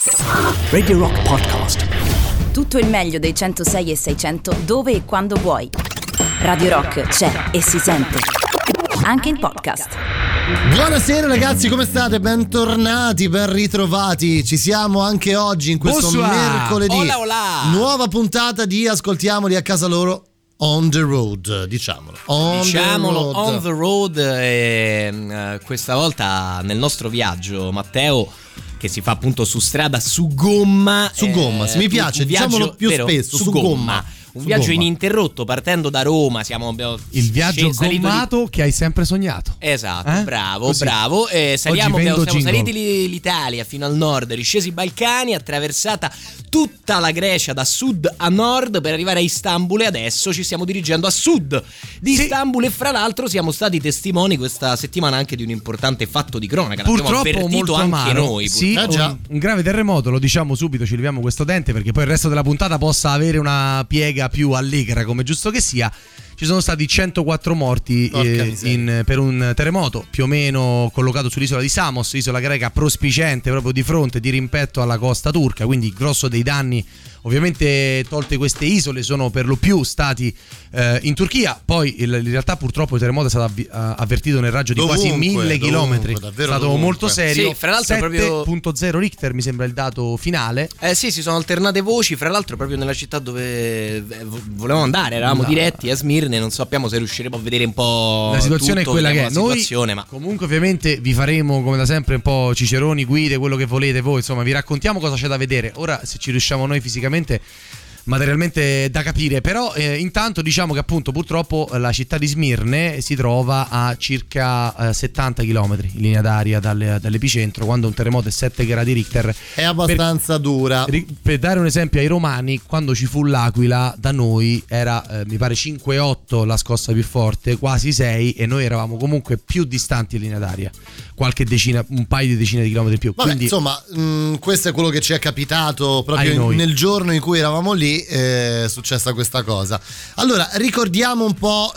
Radio Rock Podcast. Tutto il meglio dei 106 e 600 dove e quando vuoi. Radio Rock c'è e si sente anche in podcast. Buonasera ragazzi, come state? Bentornati, ben ritrovati. Ci siamo anche oggi in questo mercoledì. Hola, hola. Nuova puntata di Ascoltiamoli a casa loro. On the road, diciamolo. On the road. Questa volta nel nostro viaggio, Matteo, che si fa appunto su strada, su gomma. Su gomma, se mi piace, diciamolo più vero, spesso, su gomma. Un viaggio ininterrotto, partendo da Roma. Il viaggio gommato che hai sempre sognato. Esatto, bravo. Siamo saliti l'Italia fino al nord, riscesi i Balcani, attraversata tutta la Grecia da sud a nord per arrivare a Istanbul, e adesso ci stiamo dirigendo a sud di Istanbul. E fra l'altro siamo stati testimoni questa settimana anche di un importante fatto di cronaca. Purtroppo l'abbiamo avvertito molto anche amaro. noi. Sì, già. Un grave terremoto, lo diciamo subito, ci leviamo questo dente perché poi il resto della puntata possa avere una piega più allegra, come giusto che sia. Ci sono stati 104 morti per un terremoto più o meno collocato sull'isola di Samos, isola greca prospiciente proprio di fronte, di rimpetto alla costa turca, quindi il grosso dei danni, ovviamente tolte queste isole, sono per lo più stati in Turchia. Poi in realtà purtroppo il terremoto è stato avvertito nel raggio di quasi 1000 chilometri, è stato molto serio. Sì, fra l'altro 7.0 Richter mi sembra il dato finale. Sì, si sono alternate voci, fra l'altro proprio nella città dove volevamo andare, eravamo diretti a Smirne. Non sappiamo se riusciremo a vedere un po' la situazione, tutto, è quella che è. Noi ma comunque ovviamente vi faremo come da sempre un po' ciceroni, guide, quello che volete voi, insomma vi raccontiamo cosa c'è da vedere. Ora se ci riusciamo noi fisicamente, materialmente, da capire. Però intanto diciamo che appunto purtroppo la città di Smirne si trova a circa 70 km in linea d'aria dall'epicentro, quando un terremoto è 7 gradi Richter è abbastanza dura. Per dare un esempio ai romani, quando ci fu l'Aquila da noi era mi pare 5,8 la scossa più forte, quasi 6, e noi eravamo comunque più distanti in linea d'aria, qualche decina, un paio di decine di chilometri in più. Vabbè, quindi insomma, questo è quello che ci è capitato proprio nel giorno in cui eravamo lì. È successa questa cosa. Allora ricordiamo un po'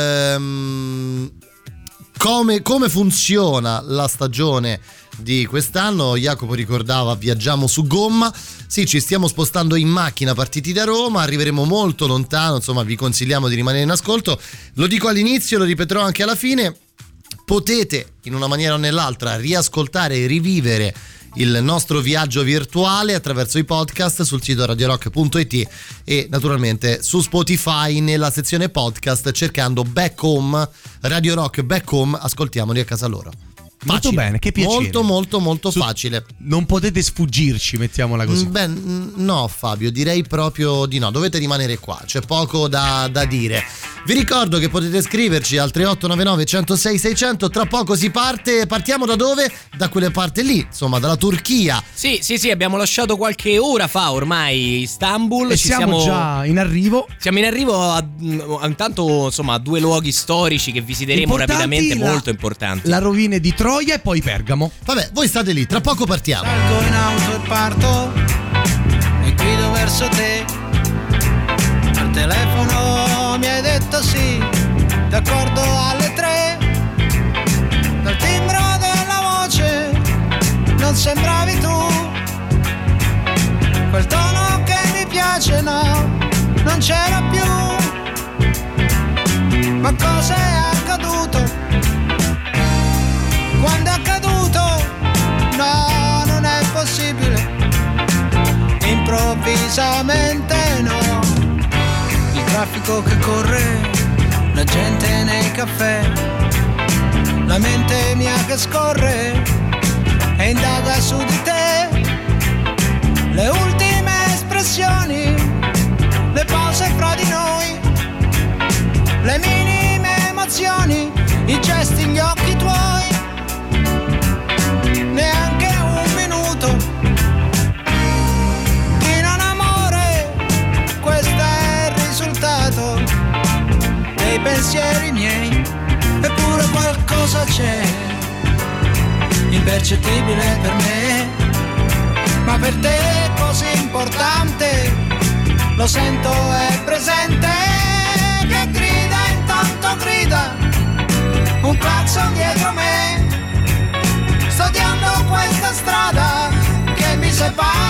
come funziona la stagione di quest'anno. Jacopo ricordava: viaggiamo su gomma. Sì, ci stiamo spostando in macchina, partiti da Roma, arriveremo molto lontano, insomma vi consigliamo di rimanere in ascolto. Lo dico all'inizio, lo ripeterò anche alla fine: potete in una maniera o nell'altra riascoltare e rivivere il nostro viaggio virtuale attraverso i podcast sul sito radiorock.it e naturalmente su Spotify nella sezione podcast, cercando Back Home, Radio Rock Back Home, ascoltiamoli a casa loro. Molto bene, che piacere. Molto facile. Non potete sfuggirci, mettiamola così. Beh, no Fabio, direi proprio di no. Dovete rimanere qua, c'è poco da dire. Vi ricordo che potete scriverci al 3899 106 600. Tra poco si parte. Partiamo da dove? Da quelle parti lì, insomma, dalla Turchia. Sì, abbiamo lasciato qualche ora fa ormai Istanbul e siamo già in arrivo. Siamo in arrivo intanto, insomma, a due luoghi storici che visiteremo rapidamente, molto importanti. La rovina di Troia e poi Bergamo. Vabbè, voi state lì, tra poco partiamo. Salgo in auto e parto e guido verso te. Al telefono mi hai detto sì, d'accordo alle 3. Dal timbro della voce non sembravi tu, quel tono che mi piace no, non c'era più. Ma cosa è accaduto? Quando è accaduto? No, non è possibile. Improvvisamente no. Il traffico che corre, la gente nei caffè, la mente mia che scorre e indaga su di te. Le ultime espressioni, le pause fra di noi, le minime emozioni, i gesti, gli occhi tuoi. Neanche un minuto di non amore, questo è il risultato dei pensieri miei. Eppure qualcosa c'è, impercettibile per me, ma per te è così importante. Lo sento, è presente, che grida, intanto grida un clacson dietro me. Sto odiando questa strada che mi separa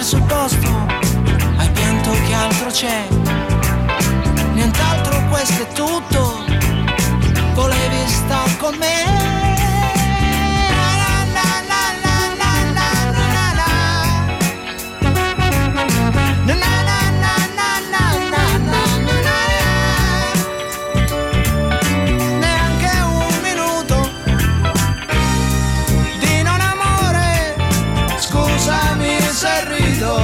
sul posto, hai pianto, che altro c'è? Nient'altro, questo è tutto. Volevi star con me. Neanche un minuto di non amore. Scusami se rido.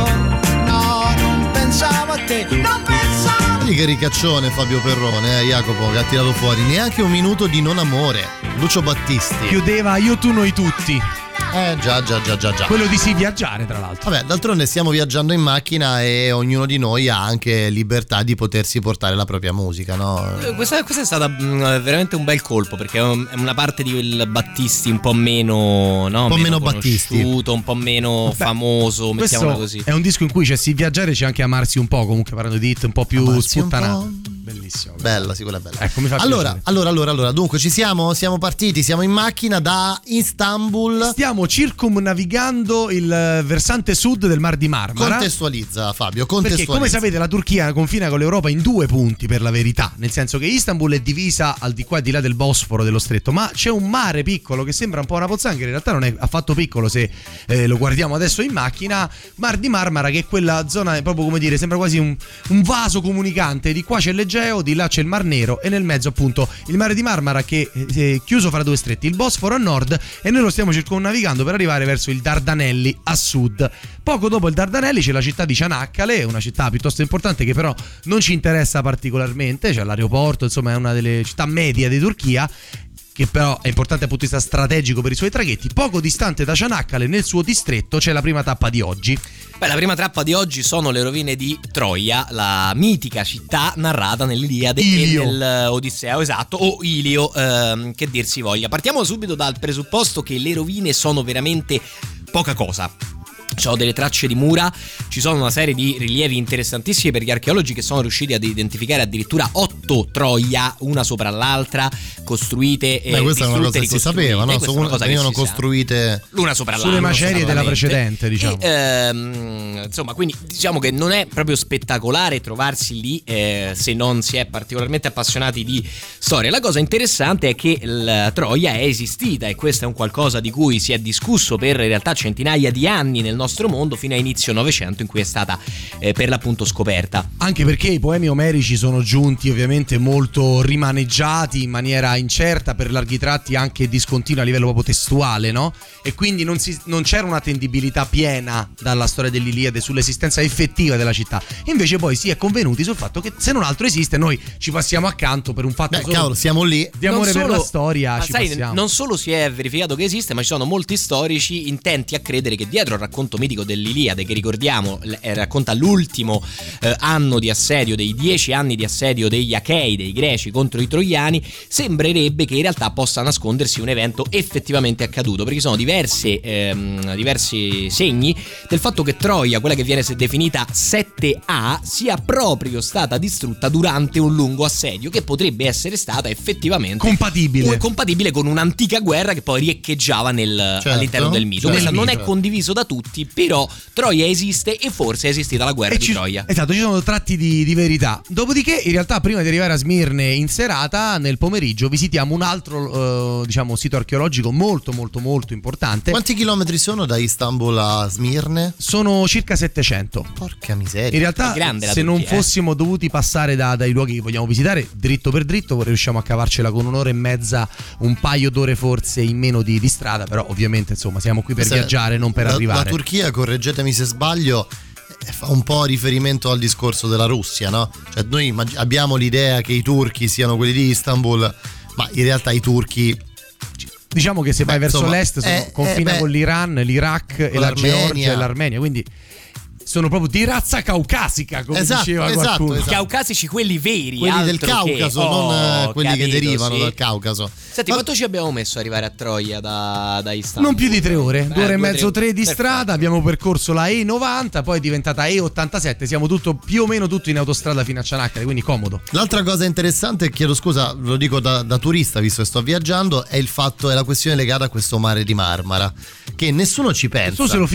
No, non pensavo a te. Non pensavo. Vedi che ricaccione Fabio Perrone, Jacopo, che ha tirato fuori. Neanche un minuto di non amore. Lucio Battisti chiudeva Io, tu, noi tutti. Già. Quello di sì viaggiare, tra l'altro. Vabbè, d'altronde stiamo viaggiando in macchina e ognuno di noi ha anche libertà di potersi portare la propria musica, no? Questa è stata veramente un bel colpo, perché è una parte di quel Battisti un po' meno, no? Un po' meno Battisti, un po' meno famoso, mettiamola così. È un disco in cui c'è sì viaggiare, c'è anche amarsi un po', comunque parlando di hit un po' più sputtanato. Bellissimo. Bella, sì, quella è bella. Ecco, mi fa allora, dunque ci siamo partiti, siamo in macchina da Istanbul. Stiamo circumnavigando il versante sud del Mar di Marmara. Contestualizza, Fabio, Perché come sapete la Turchia confina con l'Europa in 2 punti, per la verità, nel senso che Istanbul è divisa al di qua e di là del Bosforo, dello stretto, ma c'è un mare piccolo che sembra un po' una pozzanghera, in realtà non è affatto piccolo se lo guardiamo adesso in macchina. Mar di Marmara, che è quella zona, proprio come dire, sembra quasi un vaso comunicante. Di qua c'è l'Egeo, di là c'è il Mar Nero e nel mezzo appunto il Mare di Marmara, che è chiuso fra 2 stretti, il Bosforo a nord, e noi lo stiamo circumnavigando per arrivare verso il Dardanelli a sud. Poco dopo il Dardanelli c'è la città di Çanakkale, una città piuttosto importante che però non ci interessa particolarmente, c'è l'aeroporto, insomma è una delle città medie di Turchia, che però è importante dal punto di vista strategico per i suoi traghetti. Poco distante da Çanakkale, nel suo distretto, c'è la prima tappa di oggi. La prima tappa di oggi sono le rovine di Troia, la mitica città narrata nell'Iliade e nell'Odissea, esatto, o Ilio, che dir si voglia. Partiamo subito dal presupposto che le rovine sono veramente poca cosa. Ci sono delle tracce di mura, ci sono una serie di rilievi interessantissimi per gli archeologi che sono riusciti ad identificare addirittura 8 Troia, una sopra l'altra, costruite e questa è una cosa che si sapeva, no? Venivano costruite l'una sopra l'altra sulle macerie della precedente, diciamo. Insomma, quindi diciamo che non è proprio spettacolare trovarsi lì se non si è particolarmente appassionati di storia. La cosa interessante è che la Troia è esistita, e questo è un qualcosa di cui si è discusso per in realtà centinaia di anni nel nostro mondo, fino a inizio Novecento, in cui è stata per l'appunto scoperta. Anche perché i poemi omerici sono giunti ovviamente molto rimaneggiati in maniera incerta, per larghi tratti anche discontinua a livello proprio testuale, no? E quindi non c'era un'attendibilità piena dalla storia dell'Iliade sull'esistenza effettiva della città. Invece poi si è convenuti sul fatto che se non altro esiste, noi ci passiamo accanto per un fatto cavolo, siamo lì di amore per la storia, ci passiamo. Non solo si è verificato che esiste, ma ci sono molti storici intenti a credere che dietro il racconto mitico dell'Iliade, che ricordiamo racconta l'ultimo anno di assedio, dei 10 anni di assedio degli Achei, dei greci contro i troiani, sembrerebbe che in realtà possa nascondersi un evento effettivamente accaduto, perché sono diversi segni del fatto che Troia, quella che viene definita 7A, sia proprio stata distrutta durante un lungo assedio, che potrebbe essere stata effettivamente compatibile con un'antica guerra che poi riecheggiava all'interno del mito. Questo non è condiviso da tutti, però Troia esiste e forse è esistita la guerra di Troia. Esatto, ci sono tratti di verità. Dopodiché, in realtà, prima di arrivare a Smirne in serata, nel pomeriggio visitiamo un altro sito archeologico molto molto molto importante. Quanti chilometri sono da Istanbul a Smirne? Sono circa 700. Porca miseria. In realtà, se non fossimo dovuti passare dai luoghi che vogliamo visitare dritto per dritto, riusciamo a cavarcela con un'ora e mezza, un paio d'ore forse in meno di strada, però ovviamente insomma siamo qui per viaggiare, non per arrivare. La Turchia, correggetemi se sbaglio, fa un po' riferimento al discorso della Russia, no? Cioè noi abbiamo l'idea che i turchi siano quelli di Istanbul, ma in realtà i turchi, diciamo che se vai verso l'est confina con l'Iran, l'Iraq e la Georgia e l'Armenia, quindi sono proprio di razza caucasica, come diceva qualcuno. I caucasici, quelli veri, quelli del Caucaso, non quelli che derivano dal Caucaso. Senti, quanto ci abbiamo messo ad arrivare a Troia da Istanbul? Non più di 3 ore, 2 ore e mezzo, 3 di strada. Abbiamo percorso la E90, poi è diventata E87. Siamo più o meno tutto in autostrada fino a Çanakkale, quindi comodo. L'altra cosa interessante, chiedo scusa, lo dico da turista visto che sto viaggiando, è la questione legata a questo mare di Marmara, che nessuno ci pensa. Nessuno se lo fila.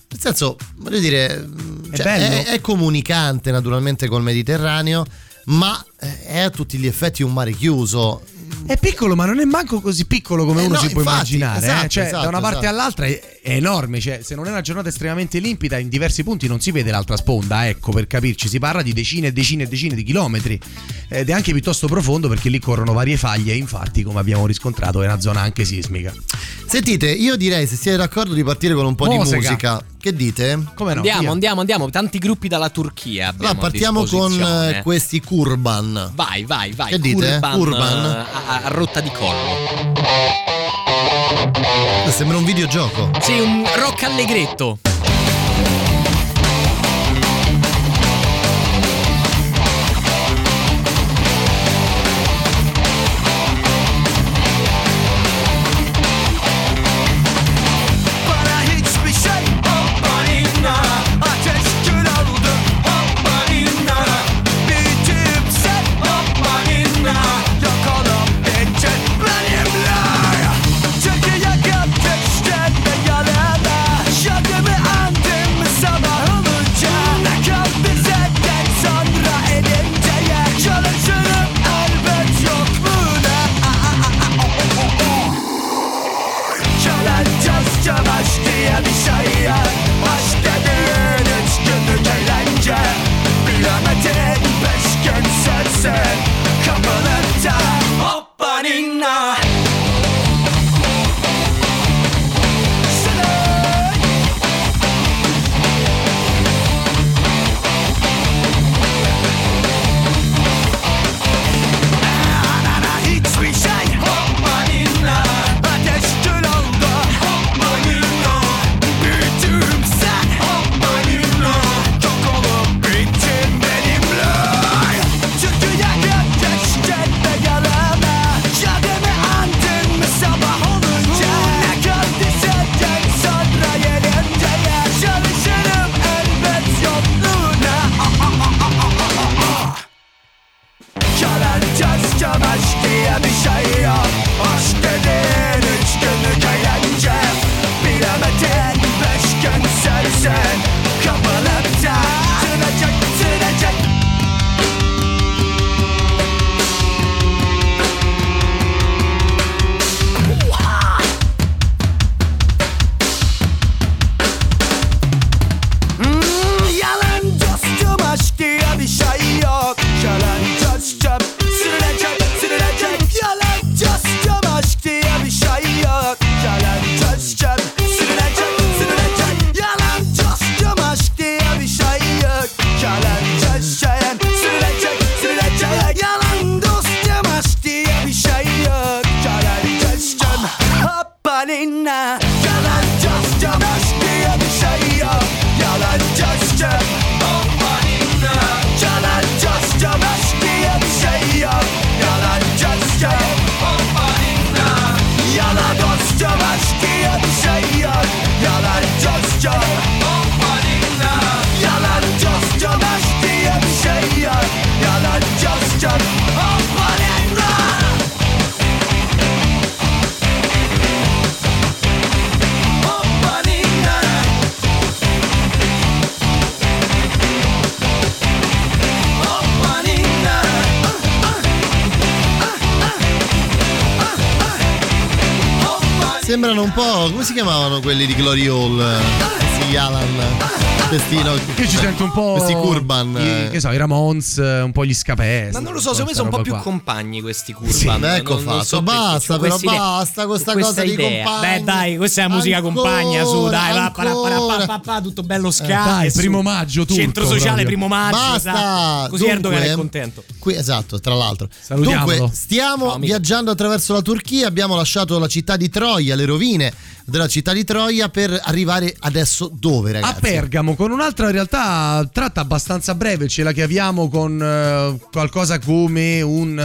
Nel senso, voglio dire, è comunicante naturalmente col Mediterraneo, ma è a tutti gli effetti un mare chiuso. È piccolo, ma non è manco così piccolo come uno si può immaginare. Esatto, da una parte all'altra è enorme. Cioè, se non è una giornata estremamente limpida, in diversi punti non si vede l'altra sponda. Ecco, per capirci, si parla di decine e decine e decine di chilometri. Ed è anche piuttosto profondo perché lì corrono varie faglie. Infatti, come abbiamo riscontrato, è una zona anche sismica. Sentite, io direi, se siete d'accordo, di partire con un po' di musica. Che dite? Come no? Andiamo. Tanti gruppi dalla Turchia. Partiamo con questi Kurban. Vai. Che dite? Kurban? A rotta di collo. Sembra un videogioco. Sì, un rock allegretto. Sembrano un po', come si chiamavano quelli di Glory Hall? Sì, Alan. Destino. Io ci sento un po' questi Kurban. Che so, i Ramones, un po' gli Scapè. Ma non lo so, secondo me sono un po' più compagni questi Kurban. Sì, ecco fatto. So basta, però basta questa cosa di compagni. Beh, dai, questa è la musica compagna, su, dai, tutto bello ska. Dai, primo maggio, tutto. Centro sociale, proprio. primo maggio. Basta. Esatto. Così Dunque, Erdogan è contento. Esatto, tra l'altro. Salutiamolo. Dunque, stiamo viaggiando attraverso la Turchia, abbiamo lasciato la città di Troia, le rovine della città di Troia, per arrivare adesso dove, ragazzi? A Pergamo, con un'altra in realtà tratta abbastanza breve, ce la chiaviamo con qualcosa come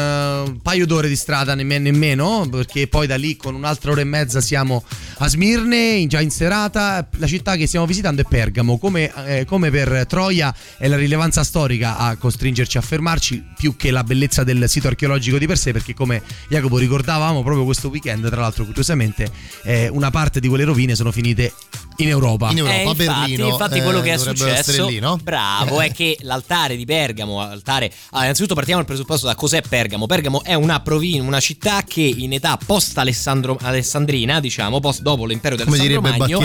un paio d'ore di strada, nemmeno, perché poi da lì con un'altra ora e mezza siamo a Smirne, già in serata. La città che stiamo visitando è Pergamo, come per Troia è la rilevanza storica a costringerci a fermarci, più che la bellezza del sito archeologico di per sé, perché come Jacopo ricordavamo proprio questo weekend, tra l'altro curiosamente una parte di quelle rovine sono finite in Europa. In Europa, a Berlino. Infatti quello che è successo lì, no? Bravo, è che l'altare di Bergamo, innanzitutto partiamo dal presupposto da cos'è Bergamo. Bergamo è una città che in età post alessandrina, diciamo, post dopo l'impero del Alessandro Magno,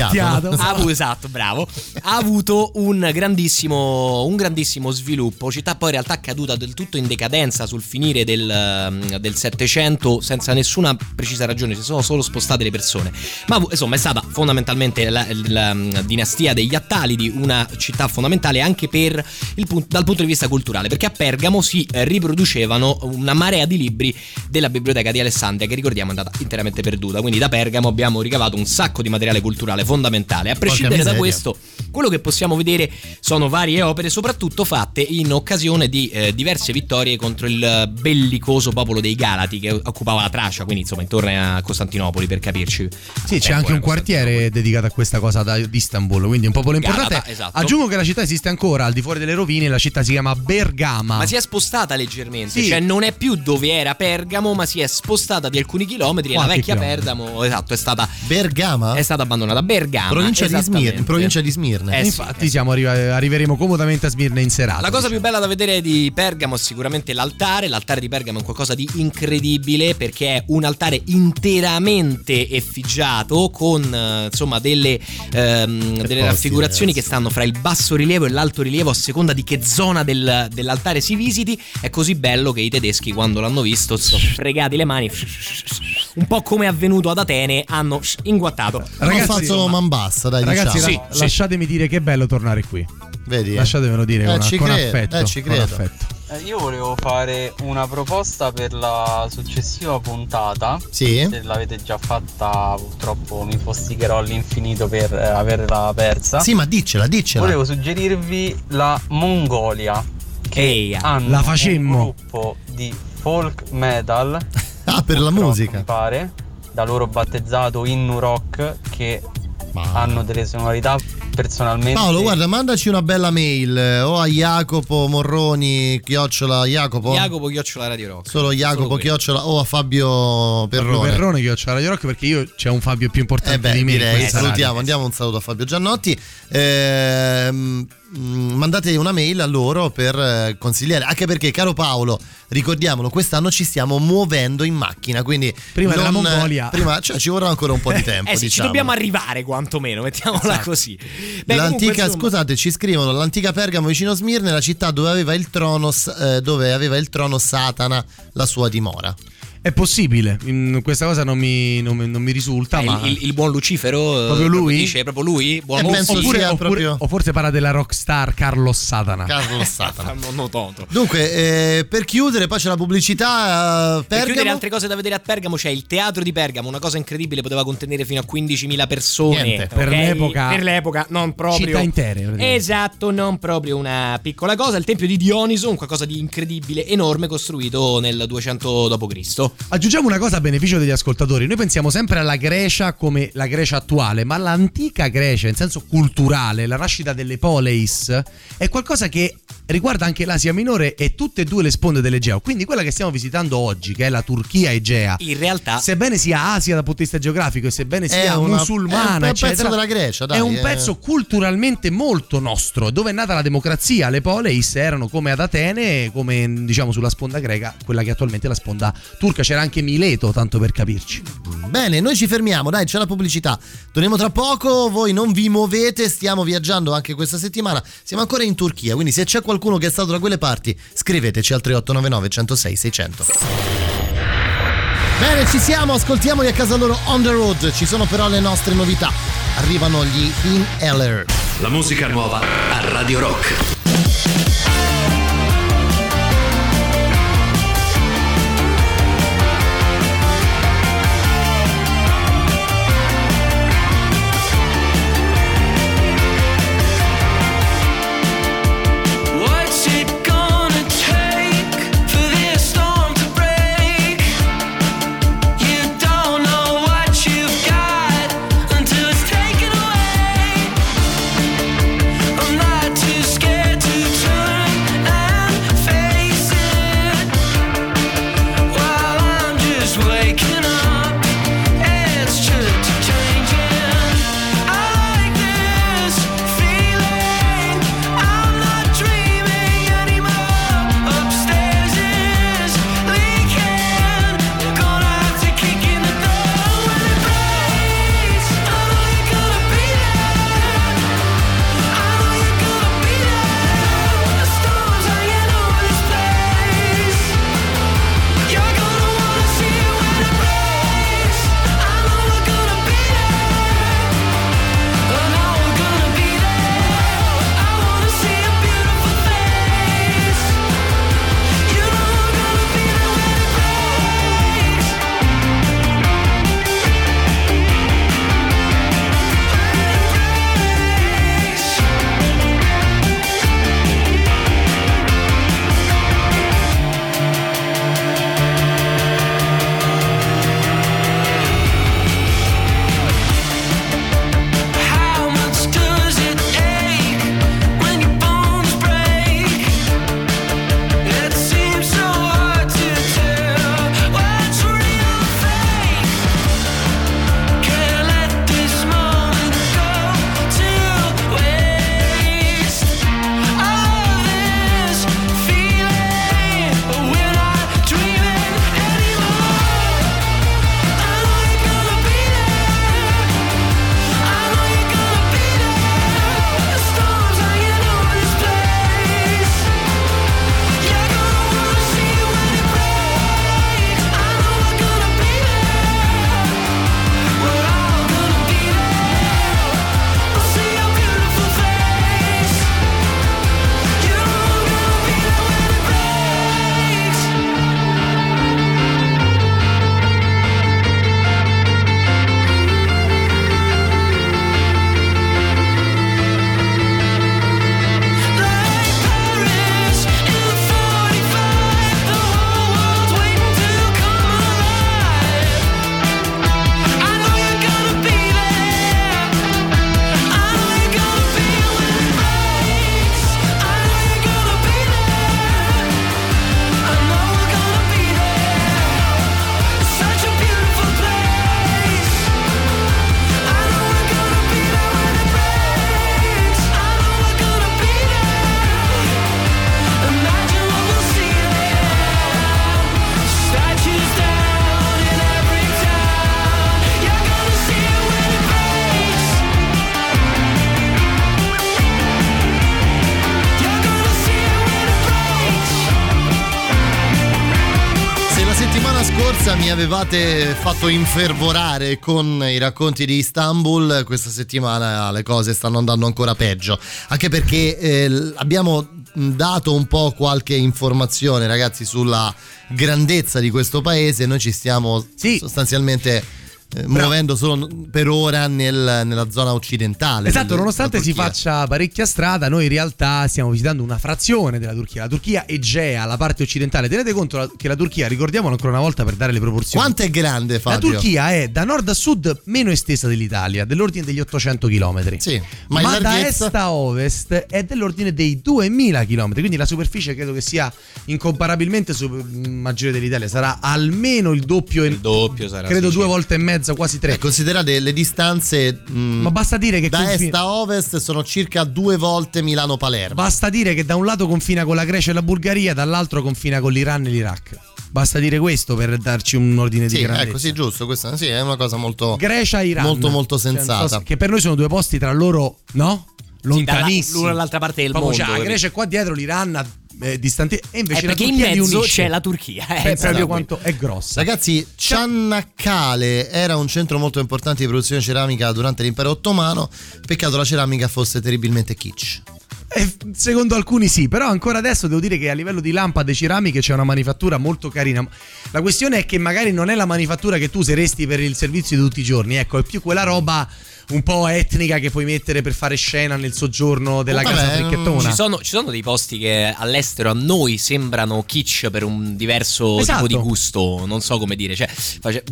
ha avuto un grandissimo sviluppo. Città poi in realtà caduta del tutto in decadenza sul finire del Settecento senza nessuna precisa ragione, si sono solo spostate le persone. Ma insomma è stata fondamentalmente la dinastia degli Attalidi, una città fondamentale anche dal punto di vista culturale, perché a Pergamo si riproducevano una marea di libri della biblioteca di Alessandria, che ricordiamo è andata interamente perduta. Quindi da Pergamo abbiamo ricavato un sacco di materiale culturale fondamentale. A prescindere da questo, quello che possiamo vedere sono varie opere, soprattutto fatte in occasione di diverse vittorie contro il bellicoso popolo dei Galati che occupava la Tracia, quindi insomma intorno a Costantinopoli, per capirci. Sì, c'è anche un quartiere dedicato a questa cosa di Istanbul, quindi un popolo importante. Galata, esatto. Aggiungo che la città esiste ancora al di fuori delle rovine, la città si chiama Bergama. Ma si è spostata leggermente, sì. Cioè non è più dove era Pergamo, ma si è spostata di alcuni chilometri. La vecchia Pergamo, esatto, è stata Bergama? È stata abbandonata. Bergama, provincia di Smirne. Infatti arriveremo comodamente a Smirne in serata. La cosa più bella da vedere di Pergamo è sicuramente l'altare di Pergamo è qualcosa di incredibile, perché è un altare interamente effigiato con insomma delle raffigurazioni che stanno fra il basso rilievo e l'alto rilievo a seconda di che zona dell'altare si visiti. È così bello che i tedeschi, quando l'hanno visto, sono fregati le mani, un po' come è avvenuto ad Atene, hanno inguattato. Ragazzi, hanno fatto man bassa, dai, ragazzi, diciamo. lasciatemi dire che è bello tornare qui. Vedi? Lasciatemelo dire con affetto. Ci credo. Con affetto. Io volevo fare una proposta per la successiva puntata. Sì. Se l'avete già fatta, purtroppo mi fostigherò all'infinito per averla persa. Sì, ma diccela. Volevo suggerirvi la Mongolia, che hanno la facemmo. un gruppo di folk metal. Per la musica, mi pare, da loro battezzato Innu Rock, che hanno delle sonorità personalmente. Paolo, guarda, mandaci una bella mail o a Jacopo Morroni Jacopo Radio Rock. Solo Jacopo o a Fabio Perrone Radio Rock, perché io c'è un Fabio più importante di me. Direi, salutiamo, andiamo un saluto a Fabio Giannotti. Mandate una mail a loro per consigliare, anche perché, caro Paolo, ricordiamolo, quest'anno ci stiamo muovendo in macchina, quindi prima della Mongolia ci vorrà ancora un po' di tempo. Sì, ci dobbiamo arrivare quantomeno, mettiamola così. L'antica, scusate, ci scrivono: l'antica Pergamo vicino Smirne, la città dove aveva il trono Satana la sua dimora. È possibile, questa cosa non mi risulta, ma il buon Lucifero, proprio lui? Dice proprio lui? O forse parla della rockstar Carlos Satana. Dunque, per chiudere, poi c'è la pubblicità. Per chiudere, altre cose da vedere a Pergamo, c'è il teatro di Pergamo, una cosa incredibile, poteva contenere fino a 15.000 persone. Niente, per l'epoca non proprio città intere. Esatto, non proprio una piccola cosa. Il tempio di Dioniso, un qualcosa di incredibile, enorme, costruito nel 200 d.C. Aggiungiamo una cosa a beneficio degli ascoltatori: noi pensiamo sempre alla Grecia come la Grecia attuale, ma l'antica Grecia in senso culturale, la nascita delle poleis, è qualcosa che riguarda anche l'Asia Minore e tutte e due le sponde dell'Egeo. Quindi quella che stiamo visitando oggi, che è la Turchia Egea, in realtà, sebbene sia Asia dal punto di vista geografico e sebbene sia musulmana, è un pezzo della Grecia, dai, è un pezzo culturalmente molto nostro, dove è nata la democrazia. Le poleis erano come ad Atene, come diciamo sulla sponda greca, quella che attualmente è la sponda turca. C'era anche Mileto, tanto per capirci. Bene, noi ci fermiamo, dai, c'è la pubblicità. Torniamo tra poco, voi non vi muovete, stiamo viaggiando anche questa settimana. Siamo ancora in Turchia, quindi se c'è qualcuno che è stato da quelle parti, scriveteci al 3899 106 600. Bene, ci siamo, ascoltiamoli a casa loro on the road. Ci sono però le nostre novità. Arrivano gli Inhaler. La musica nuova a Radio Rock. Scared scorsa mi avevate fatto infervorare con i racconti di Istanbul, questa settimana le cose stanno andando ancora peggio, anche perché abbiamo dato un po' qualche informazione, ragazzi, sulla grandezza di questo paese. Noi ci stiamo sostanzialmente muovendo solo per ora nella zona occidentale. Esatto, nonostante si faccia parecchia strada, noi in realtà stiamo visitando una frazione della Turchia, la Turchia Egea, la parte occidentale. Tenete conto che la Turchia, ricordiamolo ancora una volta per dare le proporzioni. Quanto è grande, Fabio? La Turchia è da nord a sud meno estesa dell'Italia, dell'ordine degli 800 km. Sì, ma da est a ovest è dell'ordine dei 2000 km, quindi la superficie credo che sia incomparabilmente maggiore dell'Italia, sarà almeno il doppio sarà, credo 2 volte e mezzo, quasi 3. Considerate le distanze, ma basta dire che da est a ovest sono circa 2 volte Milano-Palermo. Basta dire che da un lato confina con la Grecia e la Bulgaria, dall'altro confina con l'Iran e l'Iraq. Basta dire questo per darci un ordine di grandezza. Ecco, sì, giusto, questa sì, è una cosa molto Grecia, Iran, molto sensata, che per noi sono 2 posti tra loro, no? Lontanissimi, l'una dall'altra parte del mondo. La Grecia è qua dietro, l'Iran distanti, e invece perché la Turchia in mezzo unisce. c'è la Turchia, proprio quanto è grossa. Ragazzi, Cianakkale era un centro molto importante di produzione ceramica durante l'impero ottomano. Peccato la ceramica fosse terribilmente kitsch. Secondo alcuni sì, però ancora adesso devo dire che a livello di lampade ceramiche c'è una manifattura molto carina. La questione è che magari non è la manifattura che tu useresti per il servizio di tutti i giorni, ecco, è più quella roba un po' etnica che puoi mettere per fare scena nel soggiorno della casa fricchettona. Ci sono dei posti che all'estero a noi sembrano kitsch per un diverso tipo di gusto, non so come dire, cioè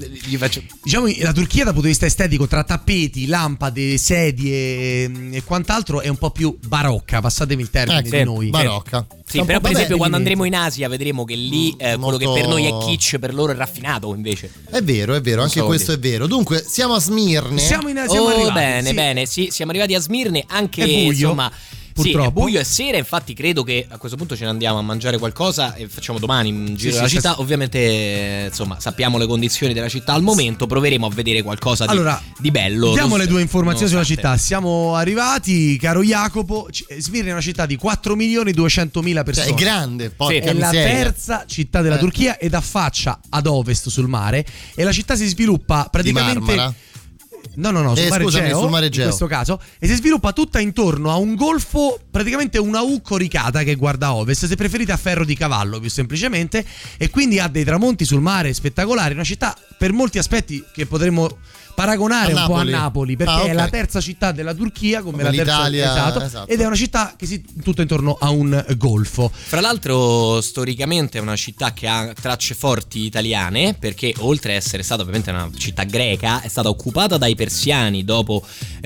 diciamo la Turchia dal punto di vista estetico, tra tappeti, lampade, sedie e quant'altro, è un po' più barocca, passatemi il termine, di noi. Barocca. Sì, però per esempio quando andremo in Asia vedremo che lì quello che per noi è kitsch per loro è raffinato invece. È vero, anche questo è vero. Dunque, siamo a Smirne. Siamo arrivati. Bene, sì, siamo arrivati a Smirne, anche è buio, insomma. purtroppo. Sì, è buio e sera, infatti credo che a questo punto ce ne andiamo a mangiare qualcosa e facciamo domani un giro della città. Ovviamente, insomma, sappiamo le condizioni della città al momento, proveremo a vedere qualcosa di bello. Diamo le 2 informazioni sulla città. Siamo arrivati, caro Jacopo, Smirne è una città di 4.200.000 persone. Cioè, è grande, è la terza città della Turchia ed affaccia ad ovest sul mare, e la città si sviluppa praticamente... Di Marmara? No, sul mare Egeo, in questo caso, e si sviluppa tutta intorno a un golfo, praticamente una U coricata che guarda a ovest, se preferite a ferro di cavallo più semplicemente, e quindi ha dei tramonti sul mare spettacolari, una città per molti aspetti che potremmo paragonare un po' a Napoli, perché è la terza città della Turchia, come la l'Italia, terza, esatto, ed è una città che si tutto intorno a un golfo. Fra l'altro, storicamente è una città che ha tracce forti italiane, perché oltre a essere stata ovviamente una città greca, è stata occupata dai persiani dopo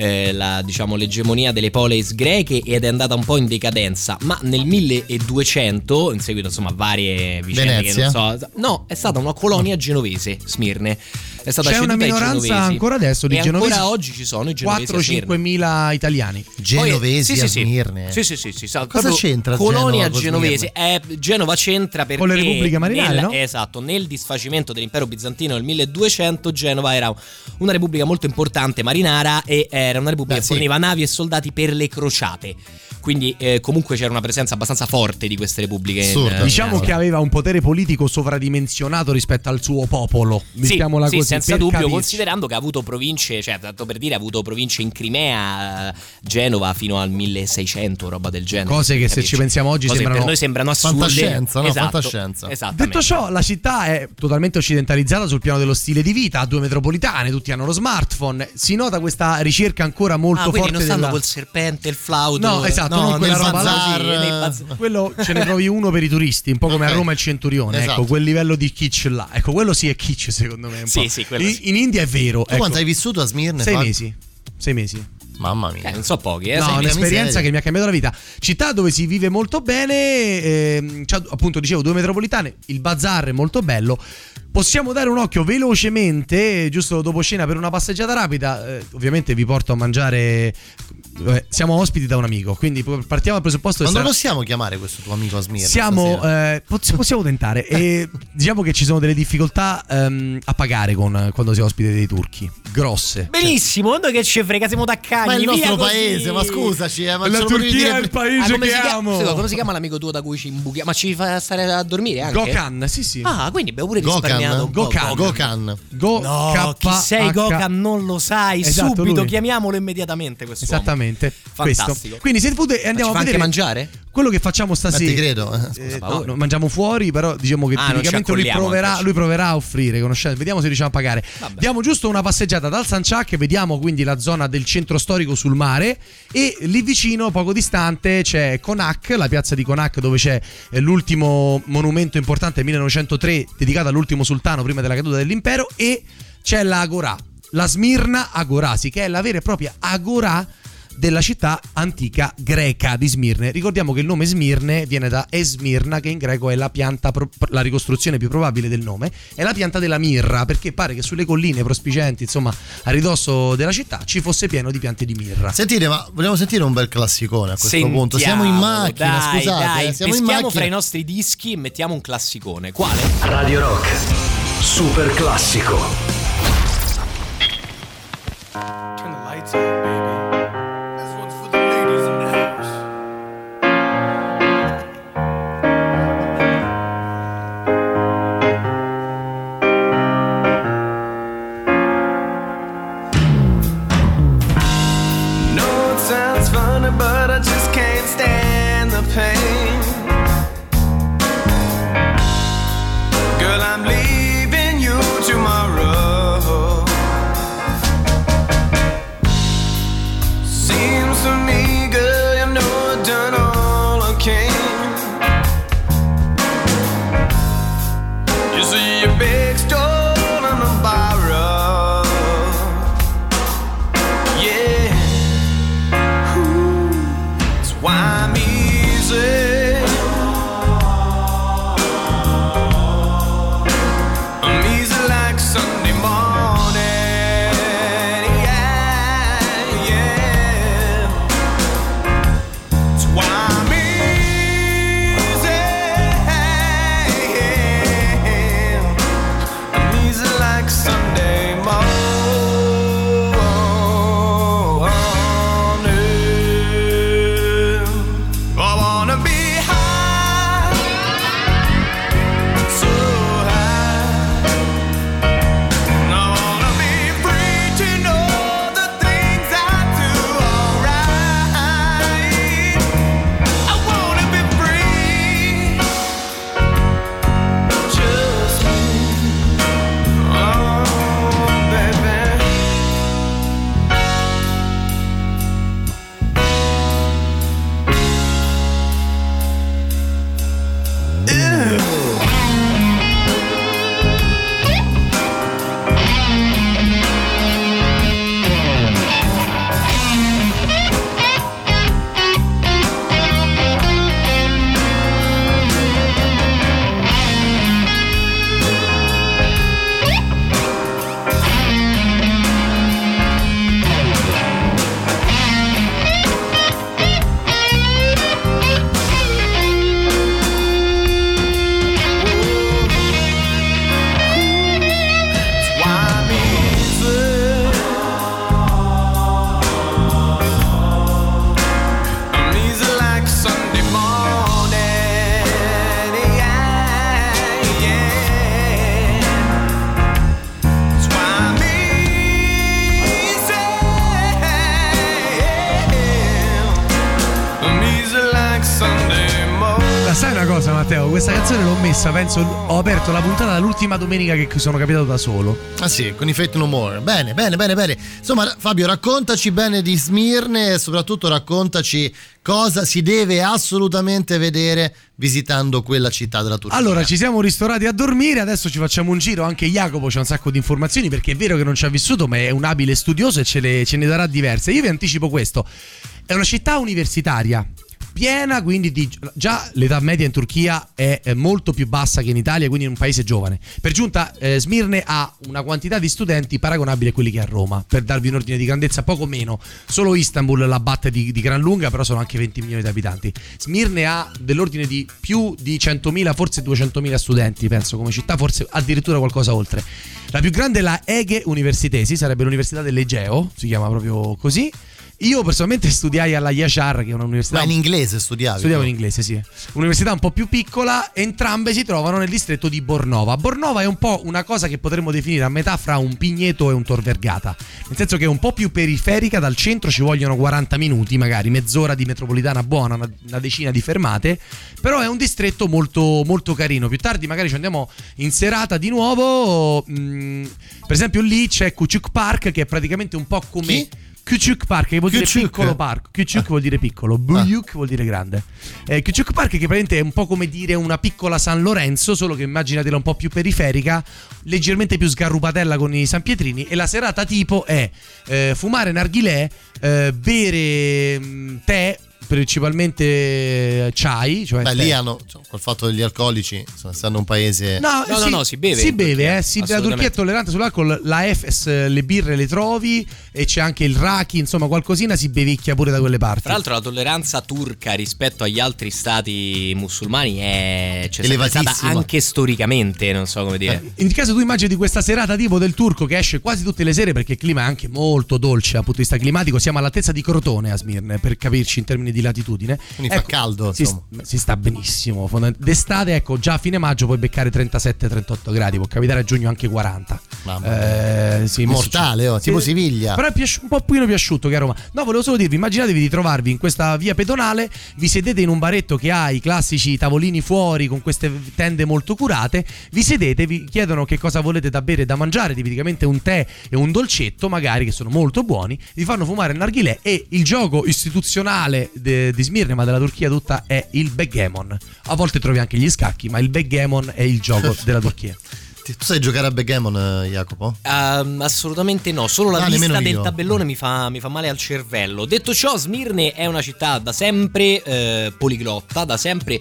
l'egemonia delle poleis greche, ed è andata un po' in decadenza, ma nel 1200, in seguito insomma a varie vicende Venezia? che non so, no, è stata una colonia genovese, Smirne. È stata C'è una minoranza ancora adesso di genovesi. Ancora oggi ci sono i genovesi 4-5 mila italiani. Genovesi a Smirne. Sì. Cosa c'entra colonia genovese? Genova c'entra perché con le repubbliche marinare, no? Esatto, nel disfacimento dell'impero bizantino nel 1200 Genova era una repubblica molto importante marinara, e era una repubblica che forniva navi e soldati per le crociate. Quindi comunque c'era una presenza abbastanza forte di queste repubbliche. Diciamo che aveva un potere politico sovradimensionato rispetto al suo popolo. Mettiamola così, senza dubbio, considerando che ha avuto province, cioè tanto per dire, ha avuto province in Crimea, Genova fino al 1600, roba del genere. Cose che se ci pensiamo oggi sembrano per noi sembrano assurde. Fantascienza, no? Esatto, Fantascienza. Detto ciò, la città è totalmente occidentalizzata sul piano dello stile di vita, ha 2 metropolitane, tutti hanno lo smartphone. Si nota questa ricerca ancora molto forte. Non stanno col serpente, il flauto. No, esatto. Non quella roba là, quello ce ne trovi uno per i turisti, un po' come a Roma il Centurione, esatto. Ecco, quel livello di kitsch là. Ecco, quello sì è kitsch secondo me un po'. Sì, in India è vero. Tu quanto hai vissuto a Smirne? 6 mesi. Mamma mia. Non so pochi, No, un'esperienza che mi ha cambiato la vita. Città dove si vive molto bene, appunto dicevo 2 metropolitane, il bazar è molto bello. Possiamo dare un occhio velocemente, giusto dopo cena, per una passeggiata rapida. Ovviamente vi porto a mangiare siamo ospiti da un amico, quindi partiamo dal presupposto che non possiamo chiamare questo tuo amico a Smirne. Possiamo tentare e diciamo che ci sono delle difficoltà a pagare quando si è ospite dei turchi, grosse. Benissimo, noi che ci frega, siamo taccagni. Ma è il nostro così. Paese, ma scusaci, ma la Turchia è il paese che amo. Come si chiama l'amico tuo da cui ci imbuchiamo? Ma ci fa stare a dormire anche? Gokhan, sì. Ah, quindi abbiamo pure risparmiato. Gokhan. No, chi sei Gokhan non lo sai, esatto, subito lui. chiamiamolo immediatamente questo. Esattamente. Fantastico. Questo. Quindi Street Food andiamo a vedere anche mangiare? quello che facciamo stasera. Ti credo. No, mangiamo fuori, però diciamo che tipicamente lui proverà a offrire conoscenze. Vediamo se riusciamo a pagare. Vabbè. Diamo giusto una passeggiata dal Sanciak, vediamo quindi la zona del centro storico sul mare e lì vicino, poco distante, c'è Konak, la piazza di Konak dove c'è l'ultimo monumento importante del 1903 dedicato all'ultimo sultano prima della caduta dell'impero, e c'è la Agorà, la Smirna Agorasi, che è la vera e propria Agorà della città antica greca di Smirne. Ricordiamo che il nome Smirne viene da Esmirna, che in greco è la pianta, la ricostruzione più probabile del nome, è la pianta della mirra, perché pare che sulle colline prospicienti, insomma, a ridosso della città ci fosse pieno di piante di mirra. Sentite, ma vogliamo sentire un bel classicone a questo punto? Siamo in macchina, scusate, siamo in macchina. Fra i nostri dischi e mettiamo un classicone. Quale? Radio Rock, super classico. Turn the lights out, baby. This one's for the ladies in the house. No, it sounds funny, but I just can't stand the pain. Girl, I'm leaving you tomorrow. Seems to me, girl, you know I've done all I can. You see your big stone on the borrow. Yeah. Ooh. That's why I'm easy. I'm easy like Sunday morning. Yeah, yeah. That's why I'm easy. I'm easy like Sunday morning. I wanna be high, so high. I wanna be free to know the things I do alright. I wanna be free, just me. Oh, baby. That's why I'm easy. I'm easy like Sunday morning. Yeah, yeah. That's why I'm easy. I'm easy like Sunday morning. Ma sai una cosa, Matteo? Questa canzone l'ho messa, penso, ho aperto la puntata l'ultima domenica che sono capitato da solo. Ah sì, con i Fate No More. Bene. Insomma, Fabio, raccontaci bene di Smirne e soprattutto raccontaci cosa si deve assolutamente vedere visitando quella città della Turchia. Allora, ci siamo ristorati a dormire, adesso ci facciamo un giro, anche Jacopo c'ha un sacco di informazioni perché è vero che non ci ha vissuto, ma è un abile studioso e ce ne darà diverse. Io vi anticipo questo, è una città universitaria, piena, quindi già l'età media in Turchia è molto più bassa che in Italia, quindi in un paese giovane. Per giunta Smirne ha una quantità di studenti paragonabile a quelli che ha Roma, per darvi un ordine di grandezza, poco meno. Solo Istanbul la batte di gran lunga, però sono anche 20 milioni di abitanti. Smirne ha dell'ordine di più di 100.000, forse 200.000 studenti, penso, come città, forse addirittura qualcosa oltre. La più grande è la Ege Universitesi, sarebbe l'università dell'Egeo, si chiama proprio così. Io personalmente studiai alla Yashar, che è un'università... Ma in inglese studiavi? Studiavo in inglese, sì. Un'università un po' più piccola, entrambe si trovano nel distretto di Bornova. Bornova è un po' una cosa che potremmo definire a metà fra un Pigneto e un Tor Vergata, nel senso che è un po' più periferica, dal centro ci vogliono 40 minuti, magari mezz'ora di metropolitana buona, una decina di fermate, però è un distretto molto, molto carino. Più tardi magari ci andiamo in serata di nuovo. Per esempio lì c'è Küçük Park, che è praticamente un po' come... Chi? Küçük Park, che vuol dire piccolo parco. Küçük vuol dire piccolo, Büyük vuol dire grande. Küçük Park, che praticamente è un po' come dire una piccola San Lorenzo, solo che immaginatela un po' più periferica, leggermente più sgarrupatella con i San Pietrini. E la serata tipo è fumare narghilè, bere tè, principalmente chai, cioè lì hanno, col fatto degli alcolici, essendo un paese... No, si beve. Si beve, la Turchia è tollerante sull'alcol, la Efes, le birre le trovi, e c'è anche il raki, insomma qualcosina si bevicchia pure da quelle parti. Tra l'altro la tolleranza turca rispetto agli altri stati musulmani è elevatissima, stata anche storicamente, non so come dire. In caso tu immagini di questa serata tipo del turco che esce quasi tutte le sere, perché il clima è anche molto dolce dal punto di vista climatico, siamo all'altezza di Crotone a Smirne, per capirci in termini di latitudine. Quindi fa caldo, si sta benissimo. D'estate, ecco, già a fine maggio puoi beccare 37-38 gradi, può capitare a giugno anche 40. Sì, mortale, tipo Siviglia. Però è un po' più asciutto che a Roma. No, volevo solo dirvi, immaginatevi di trovarvi in questa via pedonale, vi sedete in un baretto che ha i classici tavolini fuori con queste tende molto curate, vi sedete, vi chiedono che cosa volete da bere e da mangiare, tipicamente un tè e un dolcetto magari, che sono molto buoni, vi fanno fumare il narghilè, e il gioco istituzionale di Smirne, ma della Turchia tutta, è il backgammon. A volte trovi anche gli scacchi, ma il backgammon è il gioco della Turchia. Tu sai giocare a backgammon, Jacopo? Assolutamente no, solo la vista del tabellone mi fa male al cervello. Detto ciò, Smirne è una città da sempre poliglotta, da sempre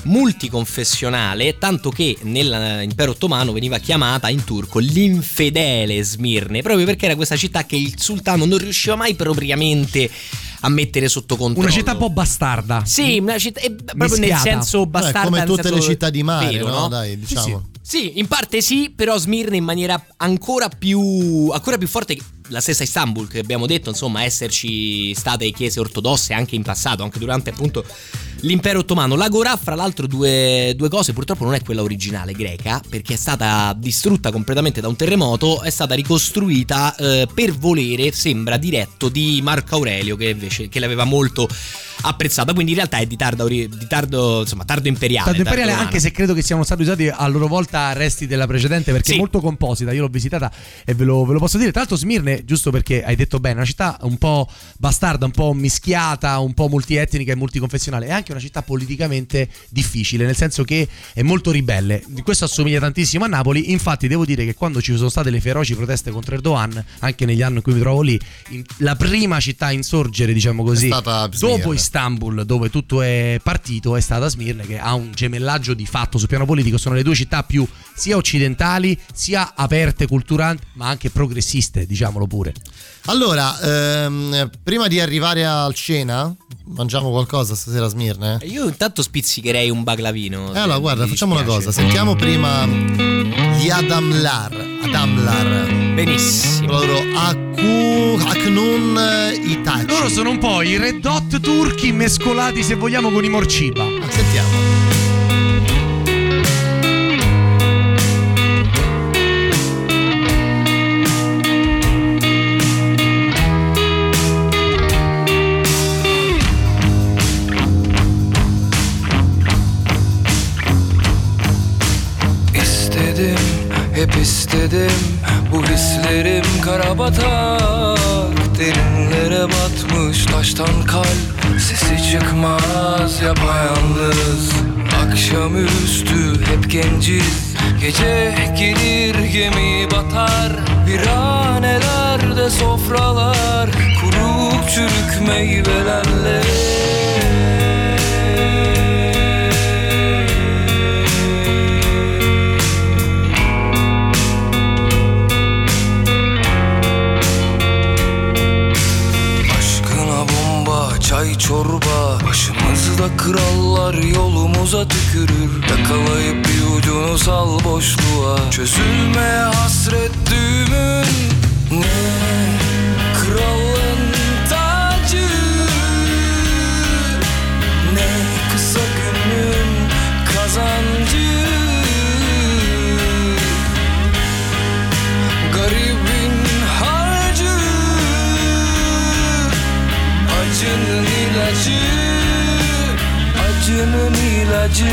multiconfessionale, tanto che nell'impero ottomano veniva chiamata in turco l'infedele Smirne, proprio perché era questa città che il sultano non riusciva mai propriamente a mettere sotto controllo. Una città un po' bastarda. Sì, una città proprio nel senso bastarda, come tutte le città di mare, vero, no? Dai, diciamo. Sì, in parte sì, però Smirne in maniera ancora più forte. La stessa Istanbul, che abbiamo detto, insomma, esserci state chiese ortodosse anche in passato, anche durante appunto l'impero ottomano. L'Agora, fra l'altro, due cose, purtroppo non è quella originale greca, perché è stata distrutta completamente da un terremoto, è stata ricostruita per volere, sembra, diretto di Marco Aurelio, che invece l'aveva molto apprezzata, quindi in realtà è di tardo imperiale. Tardo imperiale, anche se credo che siano stati usati a loro volta resti della precedente, perché è molto composita. Io l'ho visitata e ve lo posso dire. Tra l'altro Smirne, giusto perché hai detto bene, è una città un po' bastarda, un po' mischiata, un po' multietnica e multiconfessionale. È anche una città politicamente difficile, nel senso che è molto ribelle. Questo assomiglia tantissimo a Napoli. Infatti devo dire che quando ci sono state le feroci proteste contro Erdogan, anche negli anni in cui mi trovo lì, la prima città a insorgere, diciamo così, dopo Istanbul, dove tutto è partito, è stata Smirne, che ha un gemellaggio di fatto sul piano politico. Sono le due città più sia occidentali, sia aperte, culturali, ma anche progressiste, diciamolo pure. Allora, prima di arrivare al cena, mangiamo qualcosa stasera a Smirne? Io intanto spizzicherei un baglavino. Allora, guarda, facciamo una cosa. Sentiamo prima gli Adamlar. Benissimo. Loro Aknun Itachi. Loro sono un po' i Red Hot turchi mescolati, se vogliamo, con i Morciba. Sentiamo. Hep istedim bu hislerim karabatak, derinlere batmış taştan kalp, sesi çıkmaz yapayalnız. Akşamüstü hep genciz, gece gelir gemi batar, viranelerde sofralar, kuruk çürük meyvelerle. Başka krallar yolumuza tükürür. Yakalayıp bir ucunu sal boşluğa. Çözülmeye hasret düğümün. Ne kralın tacı, ne kısa günün kazancı. Garibin harcı, acının ilacı, acının ilacı.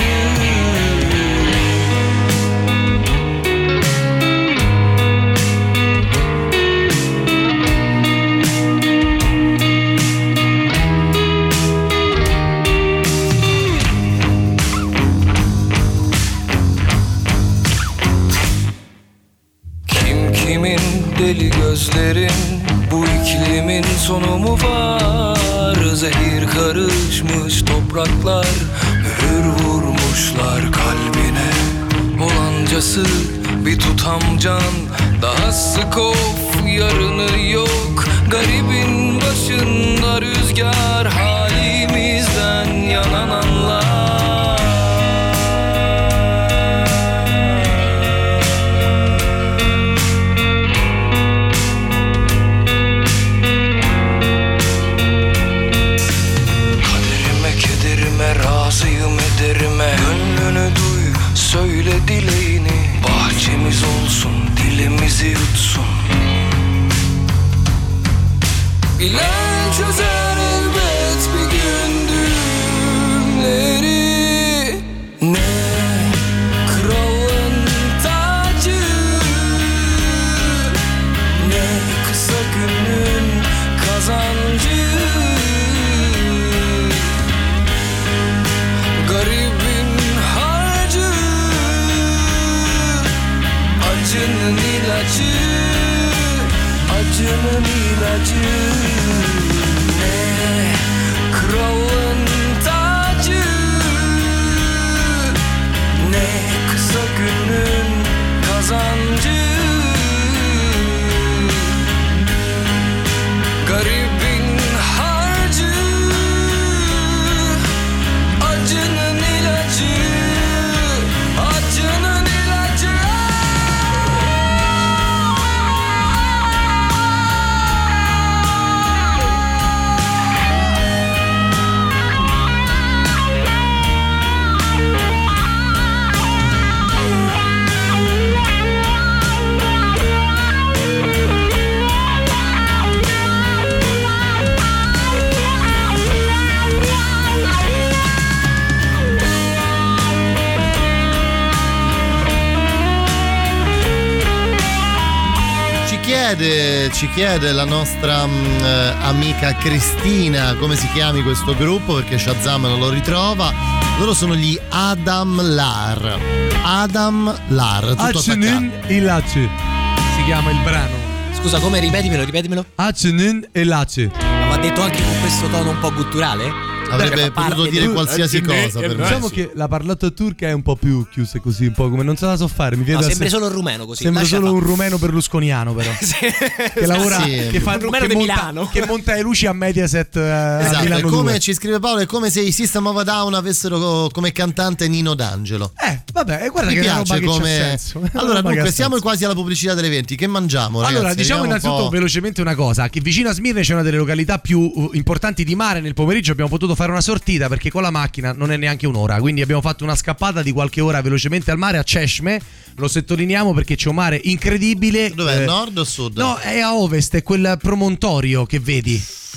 Kimin deli gözlerin, bu iklimin sonu mu var? Zehir karışmış topraklar, mühür vurmuşlar kalbine. Olancası bir tutam can, daha sık of yarını yok. Garibin başında rüzgar, halimizden yanan anlar. Razıyım ederime, gönlünü duy, söyle dileğini. Bahçemiz olsun, dilimizi yutsun. Bilen çözer elbet bir gün düğümleri. Ne kralın tacı, ne kısa günün kazancı. Garibin harcı, acının ilacı, acının ilacı. Ne kralın tacı, ne kısa günün kazancı. Garibin harcı, acının ilacı, acının ilacı. Ci chiede la nostra amica Cristina come si chiami questo gruppo, perché Shazam non lo ritrova. Loro sono gli Adam Lar. Adam Lar, tutto Acının ilacı si chiama il brano. Scusa, come? Ripetimelo. Acının ilacı. Ma va detto anche con questo tono un po' gutturale? Avrebbe potuto dire qualsiasi cosa per me. Diciamo che la parlata turca è un po' più chiusa così, un po' come non se la so fare. Mi sembra solo un rumeno così. Sembra solo un rumeno berlusconiano, però. Sì. Che lavora, che fa un rumeno di Milano. Che monta le luci a Mediaset. Esatto, a Milano è come 2. ci scrive Paolo, è come se i System of a Down avessero come cantante Nino D'Angelo. Vabbè, guarda mi che piace roba come. Che c'ha senso. Allora, dunque, siamo quasi alla pubblicità delle 20. Che mangiamo, ragazzi? Allora, diciamo innanzitutto velocemente una cosa: che vicino a Smirne c'è una delle località più importanti di mare. Nel pomeriggio abbiamo potuto fare una sortita perché con la macchina non è neanche un'ora, quindi abbiamo fatto una scappata di qualche ora velocemente al mare a Ceshme. Lo sottolineiamo perché c'è un mare incredibile. Dov'è? Nord o sud? No, è a ovest, è quel promontorio che vedi.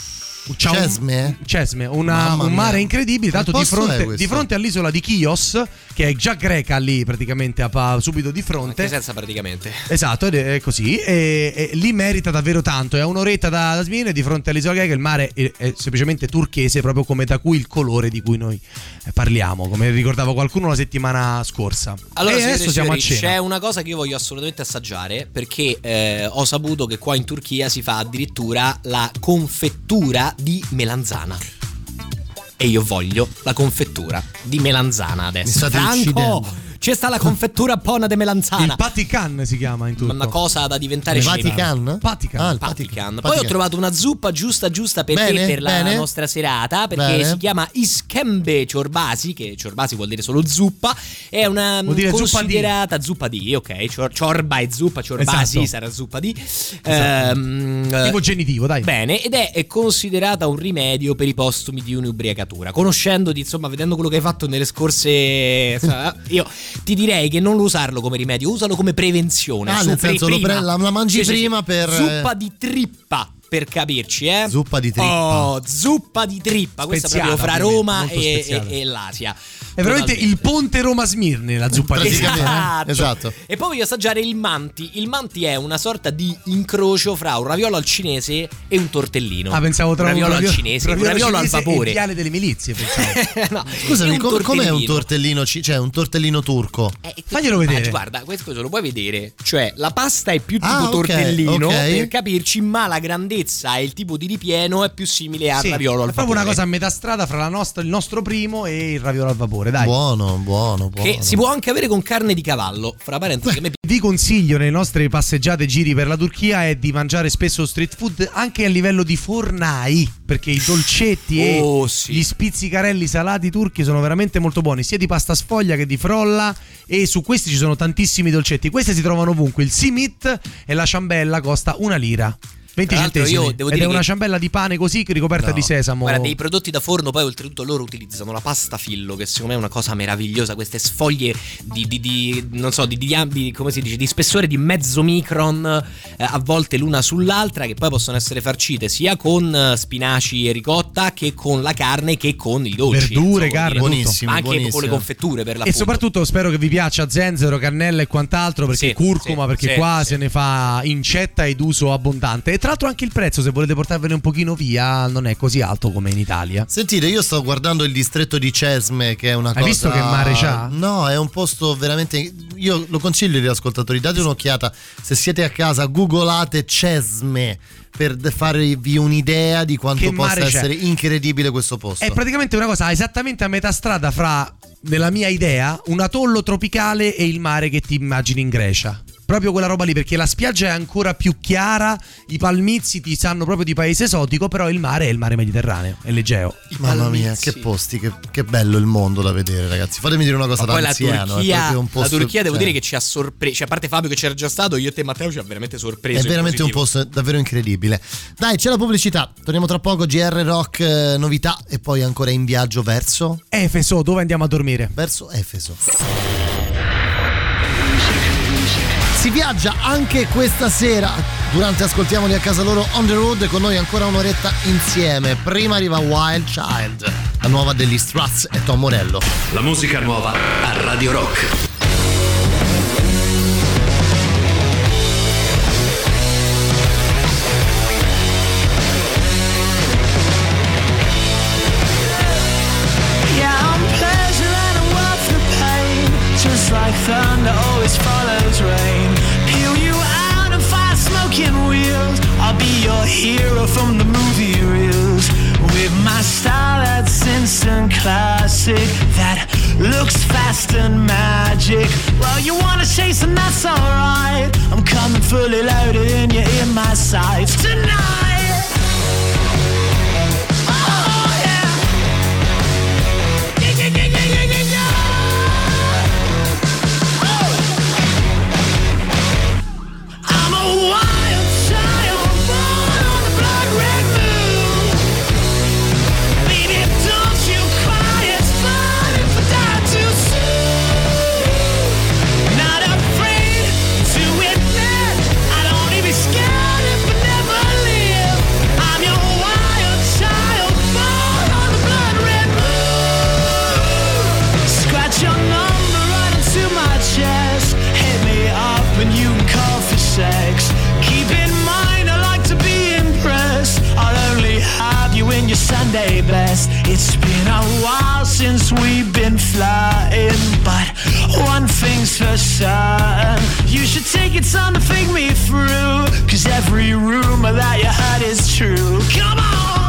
Cesme? Un mare incredibile, tanto di fronte all'isola di Chios, che è già greca lì praticamente, subito di fronte. Anche senza praticamente. Esatto, è così. E lì merita davvero tanto. È a un'oretta da Smirne, di fronte all'isola greca. Il mare è semplicemente turchese, proprio come da cui il colore di cui noi parliamo, come ricordava qualcuno la settimana scorsa. Allora, e adesso siamo a cena. C'è una cosa che io voglio assolutamente assaggiare, perché ho saputo che qua in Turchia si fa addirittura la confettura di melanzana. E io voglio la confettura di melanzana adesso. Mi state uccidendo. C'è sta la confettura buona de melanzana. Il Patican si chiama in tutto. Una cosa da diventare Vatican? Patican. Poi ho trovato una zuppa giusta per te, per la nostra serata, perché si chiama ischembe ciorbasi, che ciorbasi vuol dire solo zuppa. È una considerata zuppa di, ok, ciorba e zuppa, ciorbasi, esatto. Sarà zuppa di. Tipo genitivo, dai. Bene, ed è considerata un rimedio per i postumi di un'ubriacatura. Conoscendoti, insomma, vedendo quello che hai fatto nelle scorse, io ti direi che non usarlo come rimedio, usalo come prevenzione. Nel senso la mangi prima per zuppa di trippa. Per capirci, Zuppa di trippa. Zuppa di trippa. Questa proprio fra Roma e l'Asia. È veramente il ponte Roma-Smirne la zuppa di trippa. Esatto. E poi voglio assaggiare il manti. Il manti è una sorta di incrocio fra un raviolo al cinese e un tortellino. Pensavo tra un raviolo al cinese, un raviolo al vapore. Il viale delle milizie, pensavo. No, scusami, com'è un tortellino? Cioè un tortellino turco? Faglielo vedere. Guarda, questo lo puoi vedere. Cioè, la pasta è più tipo tortellino, per capirci, ma la grandezza e il tipo di ripieno è più simile al raviolo al vapore. È proprio una cosa a metà strada fra il nostro primo e il raviolo al vapore, dai. Buono. Che si può anche avere con carne di cavallo. Fra parentesi, vi consiglio nelle nostre passeggiate giri per la Turchia è di mangiare spesso street food anche a livello di fornai, perché i dolcetti e gli spizzicarelli salati turchi sono veramente molto buoni, sia di pasta sfoglia che di frolla, e su questi ci sono tantissimi dolcetti. Questi si trovano ovunque. Il simit e la ciambella costa 1 lira. 20 centesimi. Ed è una ciambella di pane così ricoperta di sesamo. Guarda, dei prodotti da forno, poi oltretutto loro utilizzano la pasta fillo, che secondo me è una cosa meravigliosa. Queste sfoglie come si dice, di spessore di mezzo micron, a volte l'una sull'altra, che poi possono essere farcite sia con spinaci e ricotta che con la carne che con i dolci. Verdure, carne, buonissimo, anche buonissimo. Con le confetture per l'appunto. E soprattutto spero che vi piaccia zenzero, cannella e quant'altro, perché curcuma, perché qua se ne fa incetta ed uso abbondante. E tra l'altro anche il prezzo, se volete portarvene un pochino via, non è così alto come in Italia. Sentite, io sto guardando il distretto di Cesme, che è una cosa... Hai visto che mare c'ha? No, è un posto veramente... Io lo consiglio agli ascoltatori, date un'occhiata. Se siete a casa, googolate Cesme per farvi un'idea di quanto possa essere incredibile questo posto. È praticamente una cosa esattamente a metà strada fra, nella mia idea, un atollo tropicale e il mare che ti immagini in Grecia. Proprio quella roba lì, perché la spiaggia è ancora più chiara, i palmizi ti sanno proprio di paese esotico, però il mare è il mare Mediterraneo, è l'Egeo. Mamma mia, che posti, che bello il mondo da vedere, ragazzi. Fatemi dire una cosa da anziano. La Turchia devo dire che ci ha sorpreso, a parte Fabio che c'era già stato, io e te Matteo ci ha veramente sorpreso. È veramente un posto davvero incredibile. Dai, c'è la pubblicità, torniamo tra poco, GR Rock, novità, e poi ancora in viaggio verso Efeso. Dove andiamo a dormire? Verso Efeso. Si viaggia anche questa sera. Durante Ascoltiamoli a casa loro on the road, con noi ancora un'oretta insieme. Prima arriva Wild Child, la nuova degli Struts e Tom Morello. La musica nuova a Radio Rock. Like thunder always follows rain. Peel you out of fire smoking wheels. I'll be your hero from the movie reels. With my style that's instant classic, that looks fast and magic. Well, you wanna chase and that's alright. I'm coming fully loaded and you're in my sights tonight. Sunday best. It's been a while since we've been flying, but one thing's for certain, you should take your time to think me through, 'cause every rumor that you heard is true. Come on!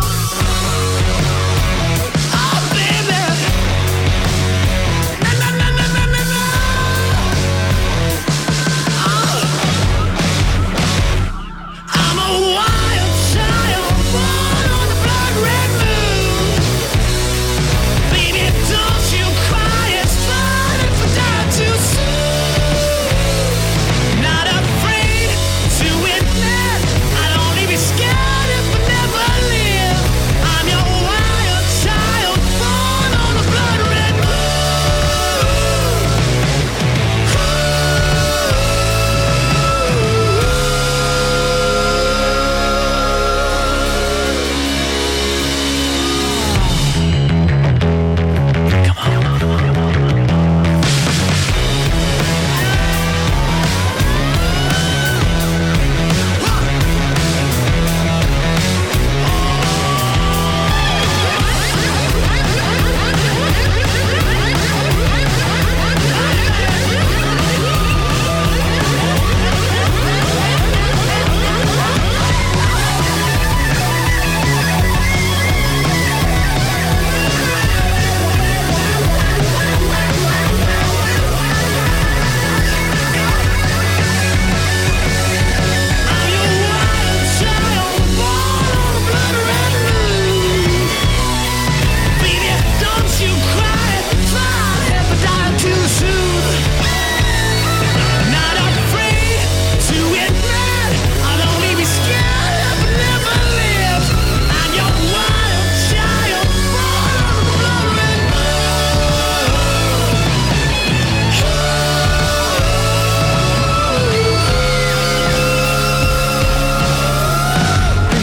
Oh baby, na na na na na na na.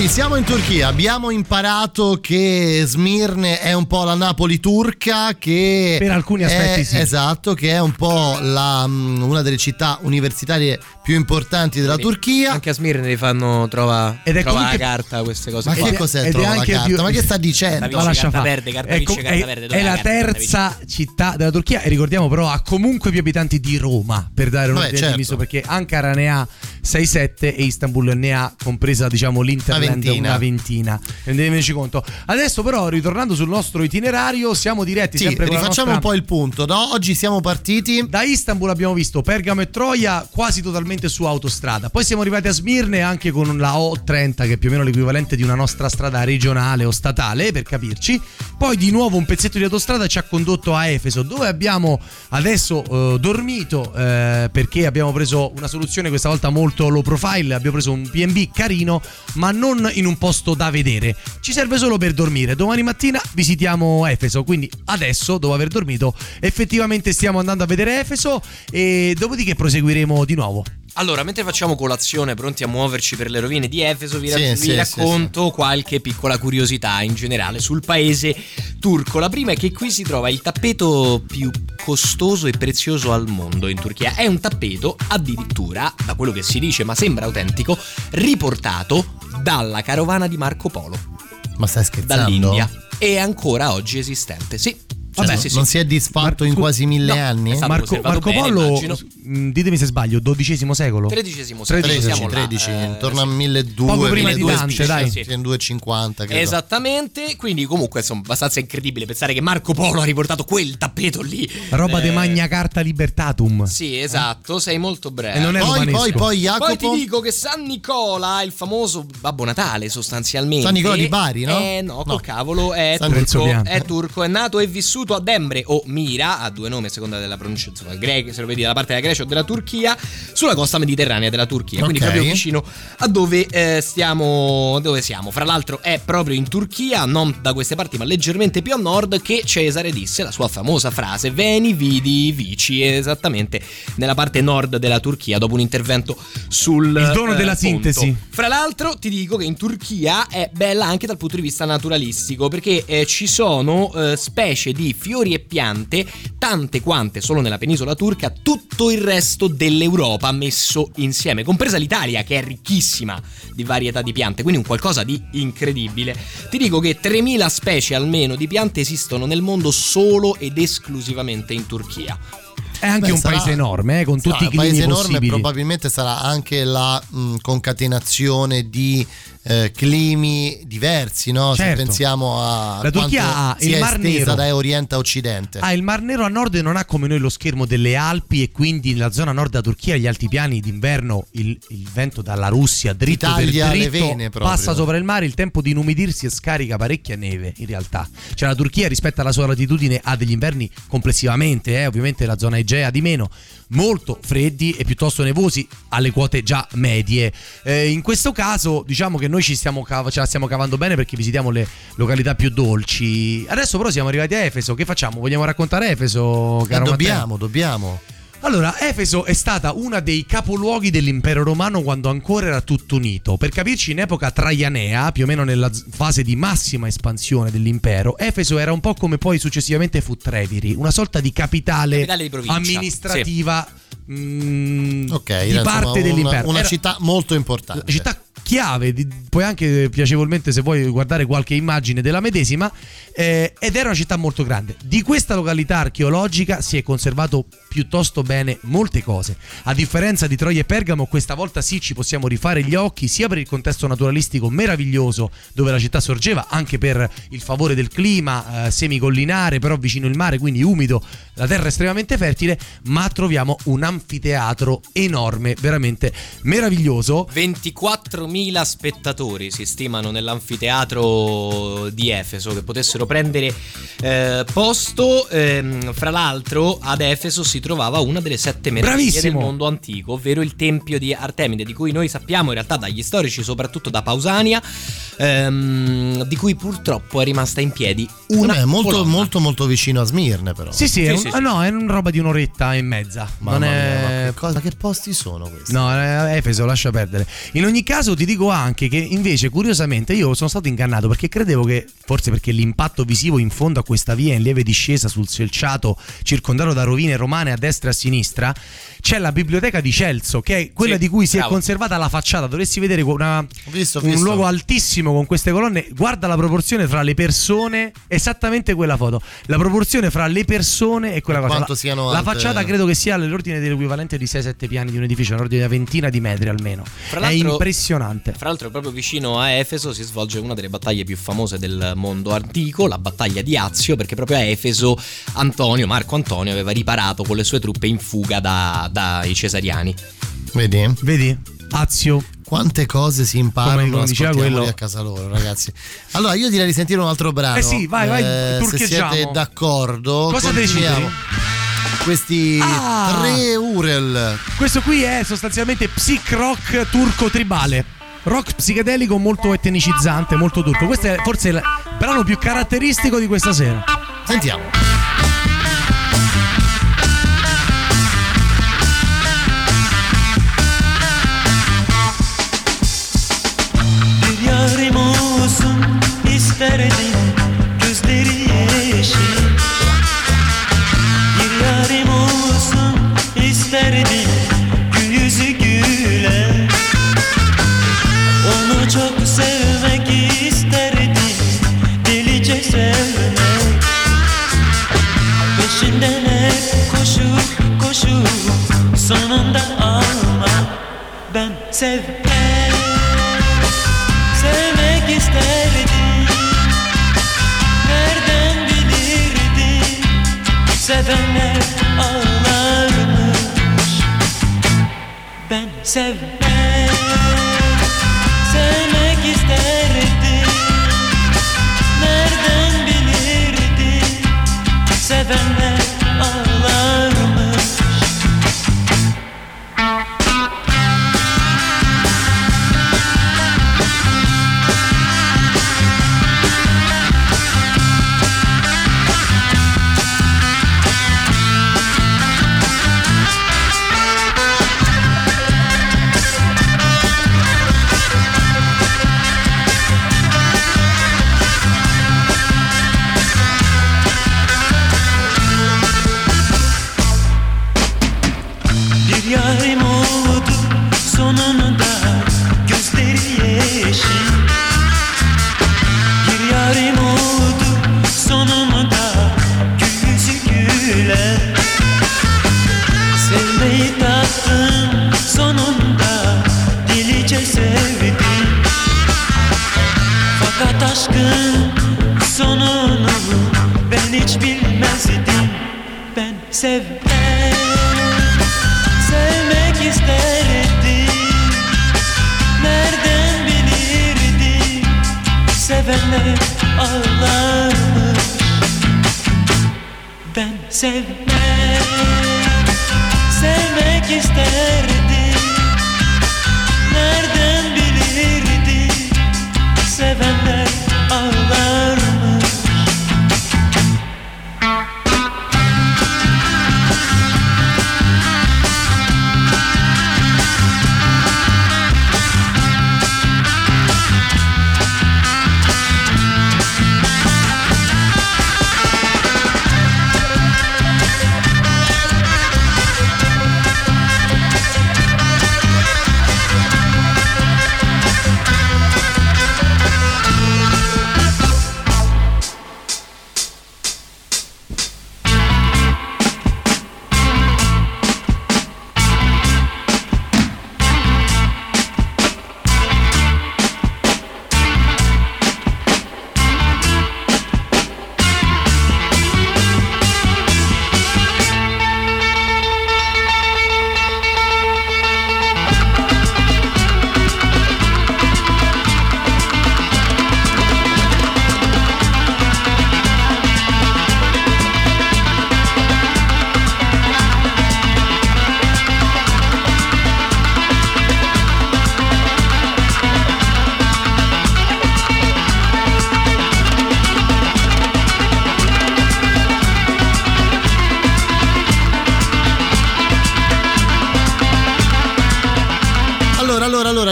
Sì, siamo in Turchia, abbiamo imparato che Smirne è un po' la Napoli turca, che per alcuni aspetti sì. Esatto, che è un po' una delle città universitarie più importanti della Turchia. Anche a Smirne li fanno trova comunque... la carta queste cose. Ma che cos'è trova la carta? Ma che sta dicendo? Ma lascia verde, carta verde. È la terza città della Turchia e ricordiamo però ha comunque più abitanti di Roma, per dare un'idea di misto, perché Ankara ne ha 6-7 e Istanbul ne ha, compresa diciamo l'Interland, una ventina. Rendetevi conto. Adesso però, ritornando sul nostro itinerario, siamo diretti sempre con rifacciamo un po' il punto, no? Oggi siamo partiti da Istanbul, abbiamo visto Bergamo e Troia quasi totalmente su autostrada, poi siamo arrivati a Smirne anche con la O30, che è più o meno l'equivalente di una nostra strada regionale o statale, per capirci. Poi di nuovo un pezzetto di autostrada ci ha condotto a Efeso, dove abbiamo adesso dormito, perché abbiamo preso una soluzione questa volta molto low profile. Abbiamo preso un B&B carino, ma non in un posto da vedere, ci serve solo per dormire. Domani mattina visitiamo Efeso, quindi adesso, dopo aver dormito, effettivamente stiamo andando a vedere Efeso e dopodiché proseguiremo di nuovo. Allora, mentre facciamo colazione, pronti a muoverci per le rovine di Efeso, vi racconto qualche piccola curiosità in generale sul paese turco. La prima è che qui si trova il tappeto più costoso e prezioso al mondo in Turchia. È un tappeto addirittura, da quello che si dice, ma sembra autentico, riportato dalla carovana di Marco Polo. Ma stai scherzando? Dall'India. È ancora oggi esistente, sì. Vabbè, non si è disfatto in quasi 1000 anni? Marco Polo, ditemi se sbaglio, XII secolo? XIII secolo. 13, intorno a 1200, poco prima di Dante, dai. Sì. 250, credo. Esattamente, quindi comunque insomma abbastanza incredibile pensare che Marco Polo ha riportato quel tappeto lì. Roba de Magna Carta Libertatum. Sì, esatto, sei molto breve. E non è poi Jacopo. Poi ti dico che San Nicola, il famoso Babbo Natale sostanzialmente. San Nicola di Bari, no? No, col cavolo, è turco, è nato e vissuto a Dembre o Mira, ha due nomi a seconda della pronuncia, insomma, greca, se lo vedi dalla parte della Grecia o della Turchia, sulla costa mediterranea della Turchia, quindi proprio vicino a dove siamo. Fra l'altro è proprio in Turchia, non da queste parti ma leggermente più a nord, che Cesare disse la sua famosa frase Veni, vidi, vici, esattamente nella parte nord della Turchia, dopo un intervento sul il dono della sintesi. Fra l'altro ti dico che in Turchia è bella anche dal punto di vista naturalistico, perché ci sono specie di fiori e piante tante quante solo nella penisola turca tutto il resto dell'Europa messo insieme, compresa l'Italia, che è ricchissima di varietà di piante, quindi un qualcosa di incredibile. Ti dico che 3000 specie almeno di piante esistono nel mondo solo ed esclusivamente in Turchia. È anche un paese enorme, con tutti i climi possibili. Un paese enorme, probabilmente sarà anche la concatenazione di climi diversi, no? Certo. Se pensiamo a la Turchia ha il Mar Nero da Oriente a Occidente. Ha il Mar Nero a nord e non ha come noi lo schermo delle Alpi, e quindi nella zona nord della Turchia gli altipiani d'inverno il vento dalla Russia dritto per dritto le vene passa sopra il mare, il tempo di inumidirsi e scarica parecchia neve in realtà. Cioè la Turchia rispetto alla sua latitudine ha degli inverni complessivamente, ovviamente la zona Egea di meno, molto freddi e piuttosto nevosi alle quote già medie. In questo caso diciamo che noi ce la stiamo cavando bene perché visitiamo le località più dolci. Adesso però siamo arrivati a Efeso, che facciamo? Vogliamo raccontare Efeso, caro Matteo? Dobbiamo. Allora, Efeso è stata una dei capoluoghi dell'impero romano quando ancora era tutto unito. Per capirci, in epoca traianea, più o meno nella fase di massima espansione dell'impero, Efeso era un po' come poi successivamente fu Treviri, una sorta di capitale di provincia, amministrativa di insomma, parte dell'impero. Una città molto importante. Città chiave, puoi anche piacevolmente, se vuoi, guardare qualche immagine della medesima, ed era una città molto grande. Di questa località archeologica si è conservato piuttosto bene molte cose. A differenza di Troia e Pergamo, questa volta sì ci possiamo rifare gli occhi, sia per il contesto naturalistico meraviglioso dove la città sorgeva, anche per il favore del clima semicollinare però vicino il mare, quindi umido, la terra estremamente fertile, ma troviamo un anfiteatro enorme, veramente meraviglioso. 24.000 spettatori si stimano nell'anfiteatro di Efeso che potessero prendere posto. Fra l'altro ad Efeso si trovava una delle 7 meraviglie del mondo antico, ovvero il tempio di Artemide, di cui noi sappiamo in realtà dagli storici, soprattutto da Pausania, di cui purtroppo è rimasta in piedi una colonna. molto vicino a Smirne, però. Sì. No, è una roba di un'oretta e mezza. Mamma mia, che posti sono questi? No, Efeso, lascia perdere. In ogni caso ti ti dico anche che invece curiosamente io sono stato ingannato, perché credevo che, forse perché l'impatto visivo in fondo a questa via in lieve discesa sul selciato circondato da rovine romane a destra e a sinistra c'è la biblioteca di Celso, che è quella di cui si è conservata la facciata. Dovresti vedere un luogo altissimo con queste colonne. Guarda la proporzione fra le persone, esattamente quella foto, la proporzione fra le persone e quella cosa. Quanto siano la alte... facciata credo che sia all'ordine dell'equivalente di 6-7 piani di un edificio, all'ordine di una ventina di metri almeno. È impressionante. Fra l'altro proprio vicino a Efeso si svolge una delle battaglie più famose del mondo antico, la battaglia di Azio, perché proprio a Efeso Marco Antonio aveva riparato con le sue truppe in fuga dai cesariani. Vedi? Azio. Quante cose si imparano, come diceva quello a casa loro, ragazzi. Allora io direi di sentire un altro brano. Sì, vai, se siete d'accordo. Cosa decidi? Questi 3 Urel. Questo qui è sostanzialmente psych rock turco tribale. Rock psichedelico molto etnicizzante, molto turco. Questo è forse il brano più caratteristico di questa sera. Sentiamo. Yarim olsun isterdim gözleri yeşil. Bir yarim olsun isterdim gül yüzü gülen. Onu çok sevmek isterdim, delice sevmek. Peşinden hep koşup sonunda almak. Ben sevmek isterdim, nereden bilirdim, sevenler ağlarmış. Ben sevmek isterdim, nereden bilirdim, sevenler ağlarmış. Yarim oldu sonunda gözleri yeşil. Bir yarim oldu sonunda gül yüzü gülen. Sevmeyi tattım sonunda, delice sevdim. Fakat aşkın sonunu ben hiç bilmezdim. Ben sevmek isterdim, nereden bilirdim, sevenler ağlarmış. Ben sevmek isterdim, nereden bilirdim, sevenler ağlarmış.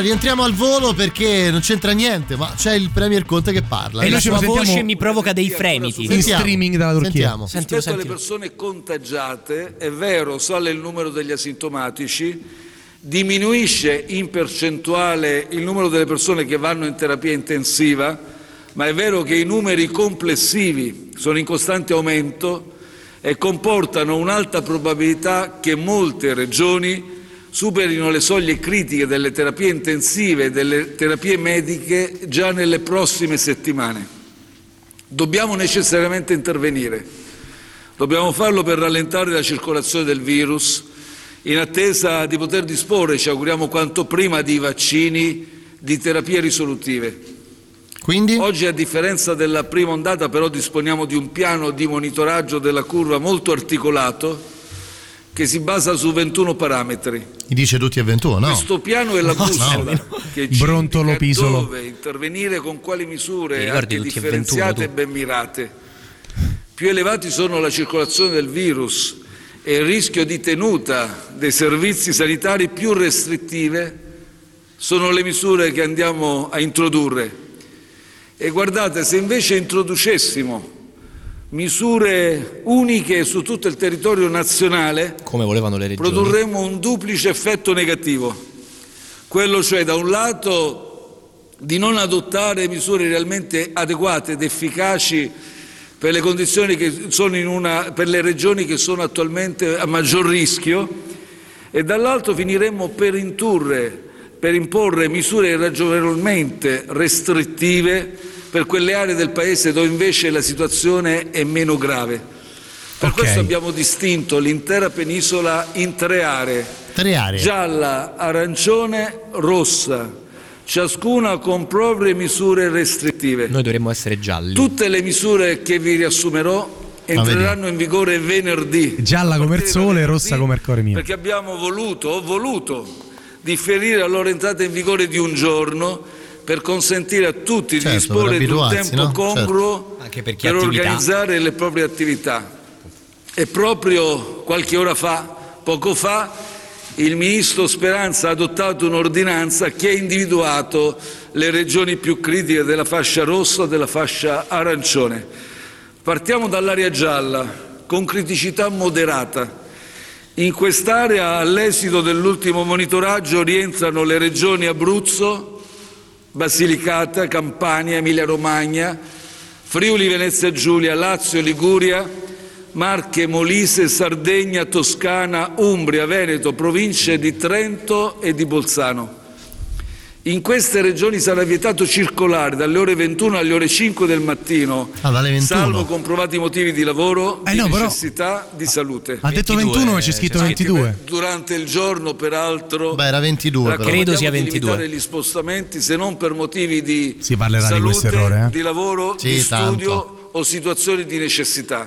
rientriamo al volo perché non c'entra niente, ma c'è il Premier Conte che parla. E la sua voce mi provoca dei fremiti. In streaming dalla Turchia. Rispetto alle persone contagiate, è vero, sale il numero degli asintomatici, diminuisce in percentuale il numero delle persone che vanno in terapia intensiva, ma è vero che i numeri complessivi sono in costante aumento e comportano un'alta probabilità che molte regioni superino le soglie critiche delle terapie intensive e delle terapie mediche già nelle prossime settimane. Dobbiamo necessariamente intervenire. Dobbiamo farlo per rallentare la circolazione del virus, in attesa di poter disporre, ci auguriamo quanto prima, di vaccini, di terapie risolutive. Quindi? Oggi, a differenza della prima ondata, però disponiamo di un piano di monitoraggio della curva molto articolato che si basa su 21 parametri. Mi dice tutti e 21, no? Questo piano è la bussola che ci Brontolo indica Pisolo. dove intervenire, con quali misure anche tutti e differenziate 21, e ben mirate. Più elevati sono la circolazione del virus e il rischio di tenuta dei servizi sanitari, più restrittive sono le misure che andiamo a introdurre. E guardate, se invece introducessimo misure uniche su tutto il territorio nazionale, come volevano le regioni, produrremo un duplice effetto negativo. Quello cioè, da un lato, di non adottare misure realmente adeguate ed efficaci per le condizioni che sono per le regioni che sono attualmente a maggior rischio, e dall'altro finiremo per imporre misure irragionevolmente restrittive per quelle aree del Paese dove invece la situazione è meno grave. Per questo abbiamo distinto l'intera penisola in tre aree. Gialla, arancione, rossa, ciascuna con proprie misure restrittive. Noi dovremmo essere gialli. Tutte le misure che vi riassumerò entreranno in vigore venerdì. Gialla come il sole, rossa come il cuore mio. Perché ho voluto differire la loro entrata in vigore di un giorno per consentire a tutti di disporre di un tempo congruo anche per organizzare le proprie attività. E proprio qualche ora fa, poco fa, il ministro Speranza ha adottato un'ordinanza che ha individuato le regioni più critiche della fascia rossa e della fascia arancione. Partiamo dall'area gialla, con criticità moderata. In quest'area, all'esito dell'ultimo monitoraggio, rientrano le regioni Abruzzo, Basilicata, Campania, Emilia-Romagna, Friuli, Venezia Giulia, Lazio, Liguria, Marche, Molise, Sardegna, Toscana, Umbria, Veneto, province di Trento e di Bolzano. In queste regioni sarà vietato circolare dalle ore 21 alle ore 5 del mattino, salvo comprovati motivi di lavoro, di necessità, di salute. Ha detto 21, ma c'è scritto 22. Durante il giorno, peraltro, era 22. Credo sia 22. Limitare gli spostamenti, se non per motivi di si parlerà salute, di questo errore, di lavoro, di studio o situazioni di necessità.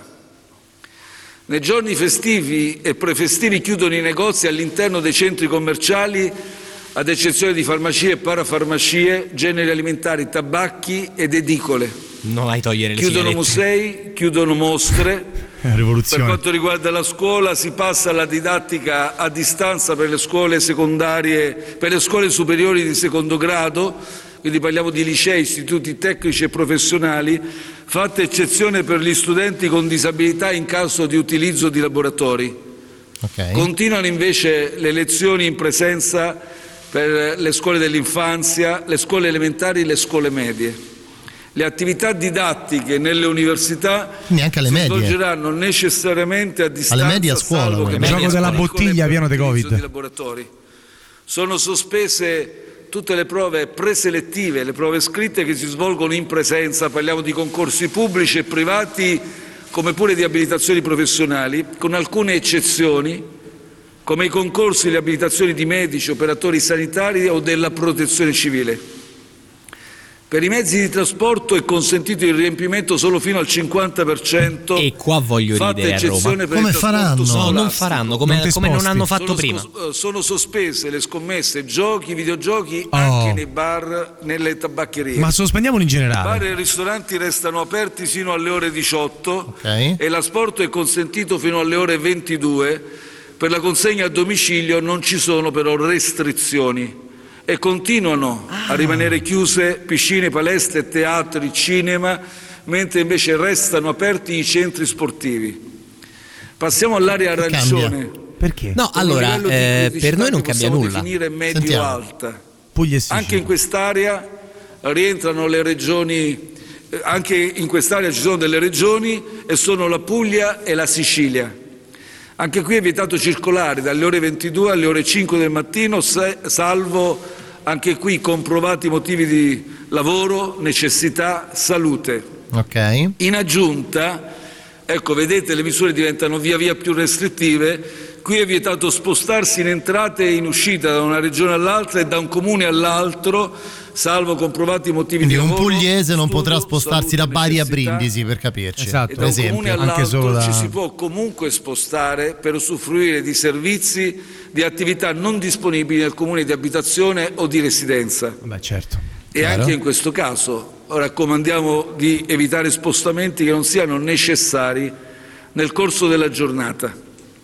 Nei giorni festivi e prefestivi chiudono i negozi all'interno dei centri commerciali, ad eccezione di farmacie e parafarmacie, generi alimentari, tabacchi ed edicole. Non hai togliere le chiudono sigarette. Musei, chiudono mostre. Per quanto riguarda la scuola, si passa alla didattica a distanza per le scuole secondarie, per le scuole superiori di secondo grado, quindi parliamo di licei, istituti tecnici e professionali, fatta eccezione per gli studenti con disabilità in caso di utilizzo di laboratori. Continuano invece le lezioni in presenza per le scuole dell'infanzia, le scuole elementari e le scuole medie. Le attività didattiche nelle università si svolgeranno necessariamente a distanza. Alle medie a scuola. Il gioco della bottiglia pieno di Covid. Laboratori. Sono sospese tutte le prove preselettive, le prove scritte che si svolgono in presenza, parliamo di concorsi pubblici e privati, come pure di abilitazioni professionali, con alcune eccezioni, come i concorsi e le abilitazioni di medici, operatori sanitari o della protezione civile. Per i mezzi di trasporto è consentito il riempimento solo fino al 50%. E qua voglio ridere a Roma. Come faranno? No, non faranno, come non hanno fatto prima. Sono sospese le scommesse, giochi, videogiochi anche nei bar, nelle tabaccherie. Ma sospendiamolo in generale. Bar e ristoranti restano aperti fino alle ore 18 e l'asporto è consentito fino alle ore 22. Per la consegna a domicilio non ci sono però restrizioni. e continuano a rimanere chiuse piscine, palestre, teatri, cinema, mentre invece restano aperti i centri sportivi. Passiamo all'area arancione. Perché? No, allora, per noi non cambia nulla. Definire medio-alta. Puglia e Sicilia. Anche in quest'area rientrano le regioni, anche in quest'area ci sono delle regioni e sono la Puglia e la Sicilia. Anche qui è vietato circolare dalle ore 22 alle ore 5 del mattino, salvo anche qui comprovati motivi di lavoro, necessità, salute. Ok. In aggiunta, ecco, vedete, le misure diventano via via più restrittive. Qui è vietato spostarsi in entrata e in uscita da una regione all'altra e da un comune all'altro, salvo comprovati motivi Quindi di lavoro. un pugliese non potrà spostarsi salute, da Bari a necessità. Brindisi, per capirci. Esatto. E da un comune all'altro ci si da... può comunque spostare per usufruire di servizi, di attività non disponibili nel comune di abitazione o di residenza. Beh, certo. E anche in questo caso raccomandiamo di evitare spostamenti che non siano necessari nel corso della giornata.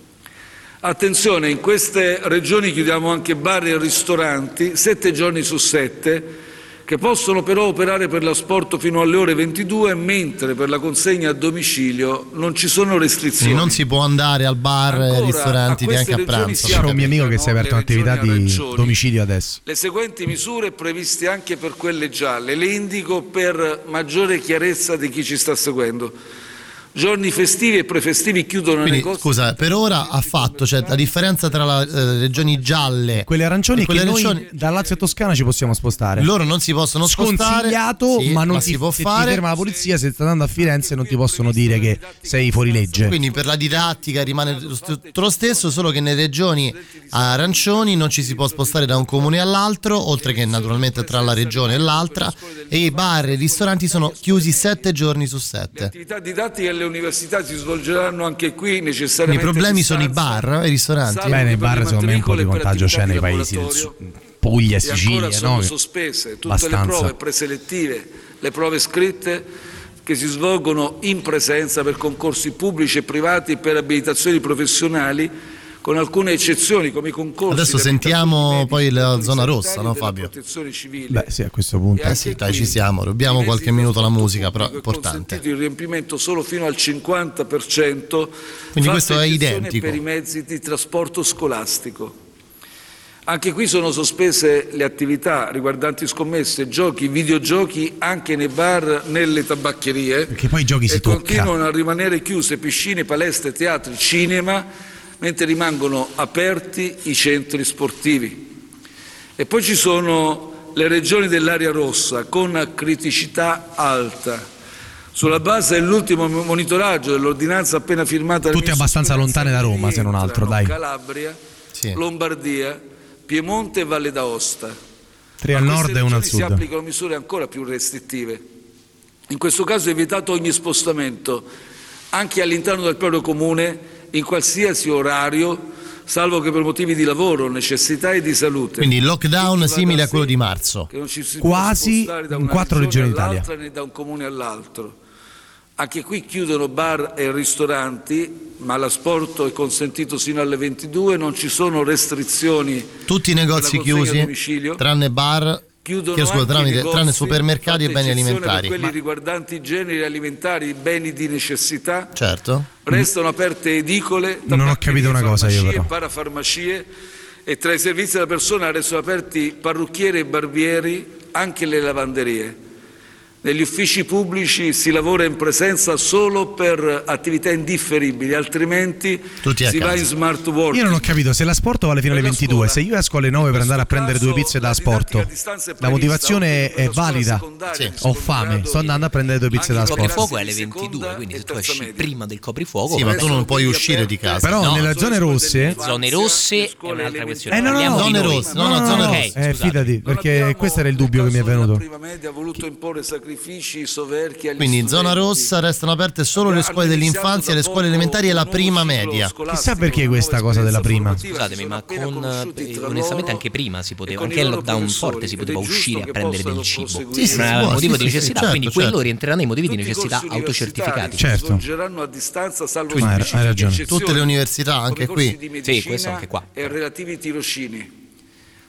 Attenzione, in queste regioni chiudiamo anche bar e ristoranti 7 giorni su 7, che possono però operare per l'asporto fino alle ore 22, mentre per la consegna a domicilio non ci sono restrizioni. Quindi non si può andare al bar e ai ristoranti neanche a pranzo. C'è un mio amico che si è aperto un'attività di domicilio adesso. Le seguenti misure previste anche per quelle gialle, le indico per maggiore chiarezza di chi ci sta seguendo. Giorni festivi e prefestivi chiudono Quindi, negozi. scusa, per ora ha fatto, cioè la differenza tra le regioni gialle, quelle arancioni, e quelle che arancioni, noi da Lazio a Toscana ci possiamo spostare. Loro non si possono spostare. Sconsigliato, sì, ma non si può se fare. ti ferma la polizia, se stai andando a Firenze non ti possono dire che sei fuori legge. Quindi per la didattica rimane tutto lo stesso, solo che nelle regioni arancioni non ci si può spostare da un comune all'altro, oltre che naturalmente tra la regione e l'altra, e i bar e i ristoranti sono chiusi 7 giorni su 7. Le attività didattiche alle università si svolgeranno anche qui necessariamente. I problemi a sono i distanza, bar e i ristoranti. salvo Beh, nei per le bar secondo me un po' di matricole per contagio c'è nei attività di paesi del laboratorio. Puglia e E Sicilia, ancora sono no? sospese tutte Abbastanza. le prove preselettive, le prove scritte che si svolgono in presenza per concorsi pubblici e privati per abilitazioni professionali, con alcune eccezioni come i concorsi. Adesso di sentiamo abilitazioni poi la mediche, zona dottori rossa, sanitari no e della Fabio? Protezione civile. Beh, sì, a questo punto. E Sì, anche dai, qui ci siamo. Dobbiamo i mezzi qualche di minuto alla trasporto musica, però pubblico è importante. consentito il riempimento solo fino al 50%. Quindi fatta questo è eccezione identico. per i mezzi di trasporto scolastico. Anche qui sono sospese le attività riguardanti scommesse, giochi, videogiochi anche nei bar, nelle tabaccherie. Perché poi i giochi si e tocca. continuano a rimanere chiuse piscine, palestre, teatri, cinema, mentre rimangono aperti i centri sportivi. E poi ci sono le regioni dell'area rossa con criticità alta. Sulla base dell'ultimo monitoraggio dell'ordinanza appena firmata dal Tutte abbastanza lontane da Roma, se non altro, dai. Calabria, Sì. Lombardia, Piemonte e Valle d'Aosta. 3 al A nord queste e 1 al regioni si sud. applicano misure ancora più restrittive. In questo caso è vietato ogni spostamento, anche all'interno del proprio comune, in qualsiasi orario, salvo che per motivi di lavoro, necessità e di salute. Quindi il lockdown simile a quello di marzo. Che non ci si può Quasi spostare da in una 4 regioni all'altra, né da un comune all'altro. Anche qui chiudono bar e ristoranti, ma l'asporto è consentito sino alle 22, non ci sono restrizioni. Tutti i negozi per la consegna a chiusi, domicilio. tranne bar, Chiudono chiedo scusa, anche i negozi, tranne supermercati e fatta beni eccezione alimentari. Per quelli riguardanti i generi alimentari, beni di necessità. Certo. Restano aperte edicole, Non ho capito una cosa io, farmacie, però. parafarmacie, e tra i servizi della persona restano aperti parrucchieri e barbieri, anche le lavanderie. Negli uffici pubblici si lavora in presenza solo per attività indifferibili, altrimenti Tutti a si va casa. in smart working. Io non ho capito, se l'asporto vale fino alle 22, se io esco alle 9 per andare a prendere 2 pizze da asporto, la motivazione è valida. Sì. Ho fame, sto andando a prendere 2 pizze da Il asporto. coprifuoco è alle 22, quindi se tu esci prima del coprifuoco, Sì, ma tu non puoi uscire di casa. Però No, nelle zone rosse... zone rosse è un'altra questione. no, Parliamo di zone noi. rosse, no, zone Ok, rosse. scusate. Fidati, perché questo era il dubbio che mi è venuto. La prima media ha voluto imporre sacrifici soverchi agli Quindi in zona studenti. rossa restano aperte solo le scuole dell'infanzia, le scuole elementari e la prima media. Chissà perché questa cosa della prima. Scusatemi, ma onestamente anche prima si poteva, anche il lockdown forte si poteva uscire a prendere del cibo. Sì, sì, Non era si può, motivo sì, di sì, necessità, certo, quindi certo. quello rientrerà nei motivi di Tutti i necessità corsi autocertificati. universitari Certo. si svolgeranno a distanza salvo Ma hai specifiche ragione. eccezioni, Tutte le università, anche come corsi qui. di medicina Sì, questo anche qua. e relativi tirocini.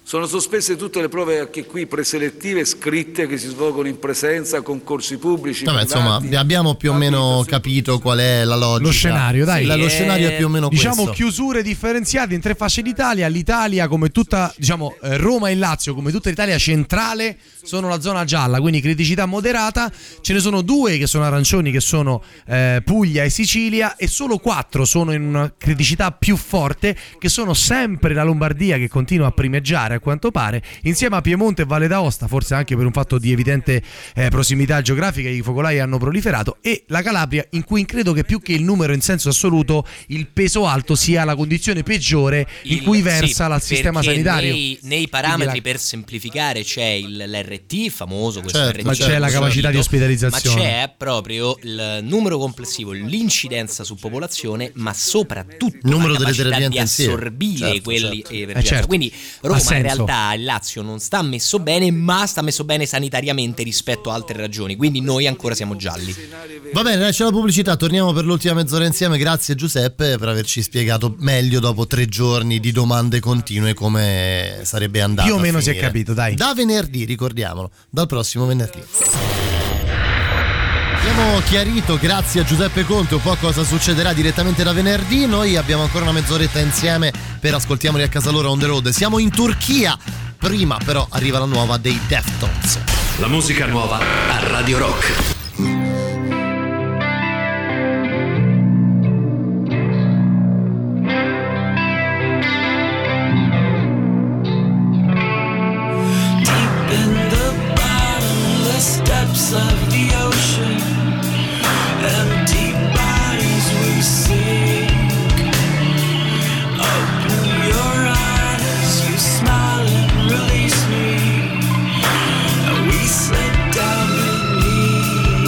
Sono sospese tutte le prove anche qui preselettive scritte che si svolgono in presenza, concorsi pubblici. Vabbè, insomma, abbiamo più o meno capito qual è la logica. Lo scenario, dai. Lo scenario è più o meno diciamo questo. Chiusure differenziate in 3 fasce d'Italia. L'Italia, come tutta, diciamo, Roma e Lazio, come tutta l'Italia centrale, sono la zona gialla, quindi criticità moderata. Ce ne sono 2 che sono arancioni, che sono Puglia e Sicilia, e solo 4 sono in una criticità più forte, che sono sempre la Lombardia, che continua a primeggiare a quanto pare, insieme a Piemonte e Valle d'Aosta, forse anche per un fatto di evidente prossimità geografica, i focolai hanno proliferato, e la Calabria, in cui credo che più che il numero in senso assoluto il peso alto sia la condizione peggiore in cui versa il sistema sanitario. Nei parametri, per semplificare, c'è l'RT famoso, questo certo, RT, ma c'è la capacità di ospedalizzazione, ma c'è proprio il numero complessivo, l'incidenza su popolazione, ma soprattutto il numero delle terapie di assorbire quelli certo. Quindi Roma in realtà, il Lazio non sta messo bene, ma sta messo bene sanitariamente rispetto a altre ragioni, quindi noi ancora siamo gialli. Va bene, c'è la pubblicità, torniamo per l'ultima mezz'ora insieme. Grazie Giuseppe per averci spiegato meglio dopo 3 giorni di domande continue come sarebbe andato. Più o meno si è capito, dai. Da venerdì, ricordiamolo, dal prossimo venerdì. Abbiamo chiarito, grazie a Giuseppe Conte, un po' cosa succederà direttamente da venerdì. Noi abbiamo ancora una mezz'oretta insieme per Ascoltiamoli a casa loro on the road. Siamo in Turchia. Prima però arriva la nuova dei Deftones. La musica nuova a Radio Rock. Of the ocean, empty bodies we sink. Open your eyes, you smile and release me, and we slip down beneath.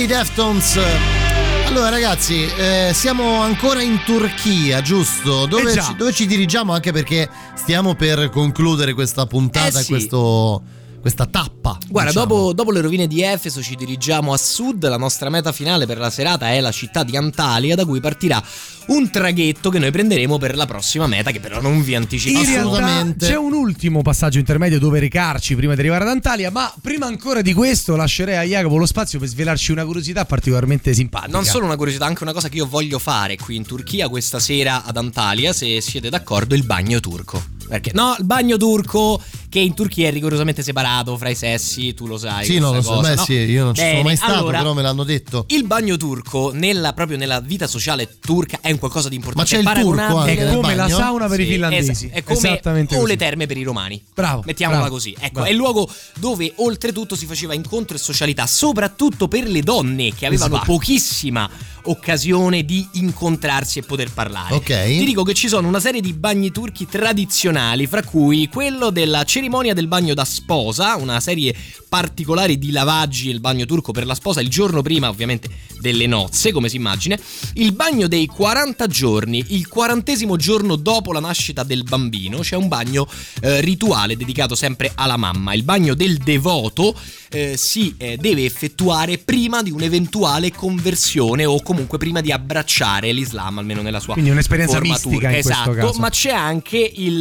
i Deftones. Allora ragazzi, siamo ancora in Turchia, giusto? Dove ci dirigiamo, anche perché stiamo per concludere questa puntata, sì. questa tappa. Guarda, diciamo. dopo le rovine di Efeso ci dirigiamo a sud. La nostra meta finale per la serata è la città di Antalya, da cui partirà un traghetto che noi prenderemo per la prossima meta, che però non vi anticipo. In realtà c'è un ultimo passaggio intermedio dove recarci prima di arrivare ad Antalya, ma prima ancora di questo lascerei a Jacopo lo spazio per svelarci una curiosità particolarmente simpatica. Non solo una curiosità, anche una cosa che io voglio fare qui in Turchia questa sera ad Antalya, se siete d'accordo, il bagno turco. Perché no, il bagno turco, che in Turchia è rigorosamente separato fra i sessi, tu lo sai. Sì, no, lo so, cosa, no? sì, io non ci sono mai stato, allora, però me l'hanno detto. Il bagno turco, proprio nella vita sociale turca, è un qualcosa di importante. Ma c'è il turco anche è come bagno? la sauna per i finlandesi. È come esattamente o così. le terme per i romani. Bravo. Mettiamola bravo, così. Ecco, bravo. è il luogo dove oltretutto si faceva incontro e socialità, soprattutto per le donne che avevano pochissima occasione di incontrarsi e poter parlare. Ok. Ti dico che ci sono una serie di bagni turchi tradizionali, fra cui quello della cerimonia del bagno da sposa, una serie particolare di lavaggi, il bagno turco per la sposa il giorno prima ovviamente delle nozze, come si immagina, il bagno dei 40 giorni, il 40° giorno dopo la nascita del bambino, c'è un bagno rituale dedicato sempre alla mamma. Il bagno del devoto si deve effettuare prima di un'eventuale conversione o comunque prima di abbracciare l'Islam, almeno nella sua quindi un'esperienza forma mistica turca. in questo caso. Ma c'è anche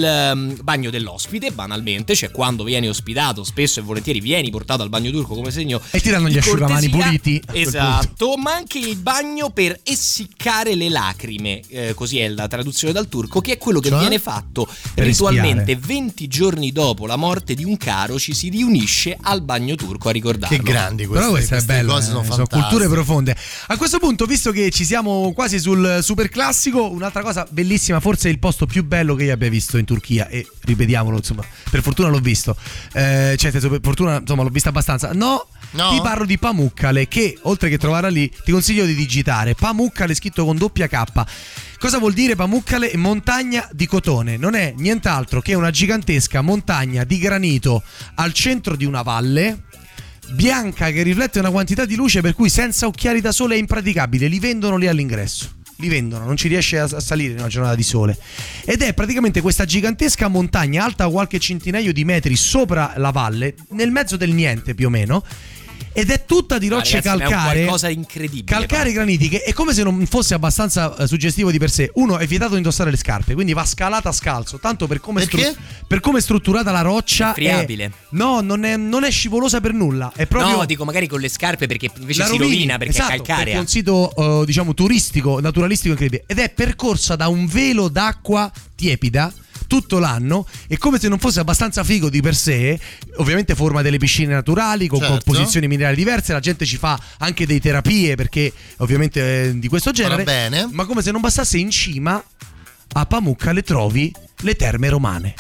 il bagno dell'ospite, banalmente, cioè quando vieni ospitato spesso e volentieri vieni portato al bagno turco come segno e ti danno di gli asciugamani cortesia. puliti. Esatto, ma anche il bagno per essiccare le lacrime, così è la traduzione dal turco, che è quello che viene fatto ritualmente 20 giorni dopo la morte di un caro. Ci si riunisce al bagno turco a ricordarlo. Che grandi queste, però queste è bello, cose sono culture profonde. A questo punto, visto che ci siamo quasi sul super classico, un'altra cosa bellissima, forse il posto più bello che io abbia visto in Turchia, e ripetiamolo, insomma, per fortuna l'ho visto, per fortuna, insomma, l'ho vista abbastanza. No, ti parlo di Pamukkale, che oltre che trovarla lì ti consiglio di digitare Pamukkale scritto con doppia K. Cosa vuol dire Pamukkale? Montagna di cotone. Non è nient'altro che una gigantesca montagna di granito al centro di una valle bianca che riflette una quantità di luce per cui senza occhiali da sole è impraticabile. Li vendono lì all'ingresso. Li vendono, non ci riesce a salire in una giornata di sole. Ed è praticamente questa gigantesca montagna alta qualche centinaio di metri sopra la valle, nel mezzo del niente più o meno. Ed è tutta di rocce calcaree, è qualcosa incredibile, calcaree granitiche. È come se non fosse abbastanza suggestivo di per sé. Uno, è vietato indossare le scarpe, quindi va scalata scalzo. Tanto per come per come è strutturata la roccia, è friabile. Non è scivolosa per nulla. È proprio, no, dico magari con le scarpe, perché invece si rovina, perché esatto, è calcarea. Perché è un sito diciamo turistico, naturalistico incredibile. Ed è percorsa da un velo d'acqua tiepida tutto l'anno. È come se non fosse abbastanza figo di per sé. Ovviamente forma delle piscine naturali con composizioni minerali diverse. La gente ci fa anche delle terapie, perché ovviamente di questo genere. Bene. Ma come se non bastasse, in cima a Pamukkale trovi le terme romane.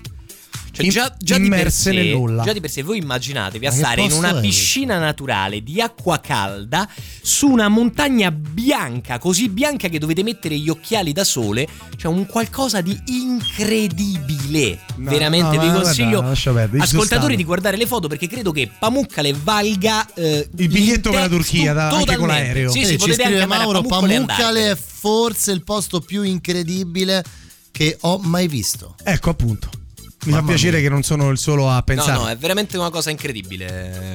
Già immerse nel nulla. Già di per sé voi immaginatevi a stare in una piscina naturale di acqua calda su una montagna bianca, così bianca che dovete mettere gli occhiali da sole. Cioè un qualcosa di incredibile. Veramente vi consiglio, ascoltatori, di guardare le foto, perché credo che Pamukkale valga il biglietto per la Turchia anche con l'aereo. Sì, potete anche Mauro, Pamukkale è forse il posto più incredibile che ho mai visto. Ecco, appunto. Mi fa piacere che non sono il solo a pensare. No, è veramente una cosa incredibile.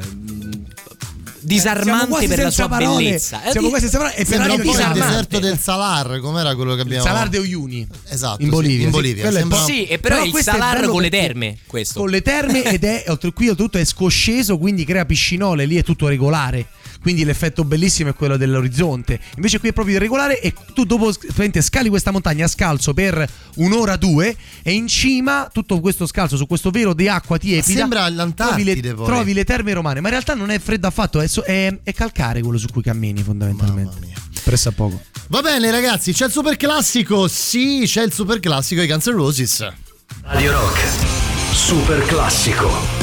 Disarmante per la sua bellezza. Siamo quasi senza parole. E per il deserto del Salar, com'era quello che abbiamo? Il Salar de Uyuni. Esatto, in Bolivia. Sì, e però è il Salar con le terme. Questo. Con le terme, ed è oltretutto è scosceso, quindi crea piscinole. Lì è tutto regolare. Quindi l'effetto bellissimo è quello dell'orizzonte. Invece qui è proprio irregolare, e tu dopo scali questa montagna a scalzo per un'ora, due, e in cima tutto questo scalzo su questo velo di acqua tiepida. Sembra l'Antartide. Trovi le terme romane, ma in realtà non è freddo affatto, è calcare quello su cui cammini fondamentalmente. Mamma mia. Pressa poco. Va bene ragazzi, c'è il super classico. Sì, c'è il super classico di Guns N' Roses. Radio Rock super classico.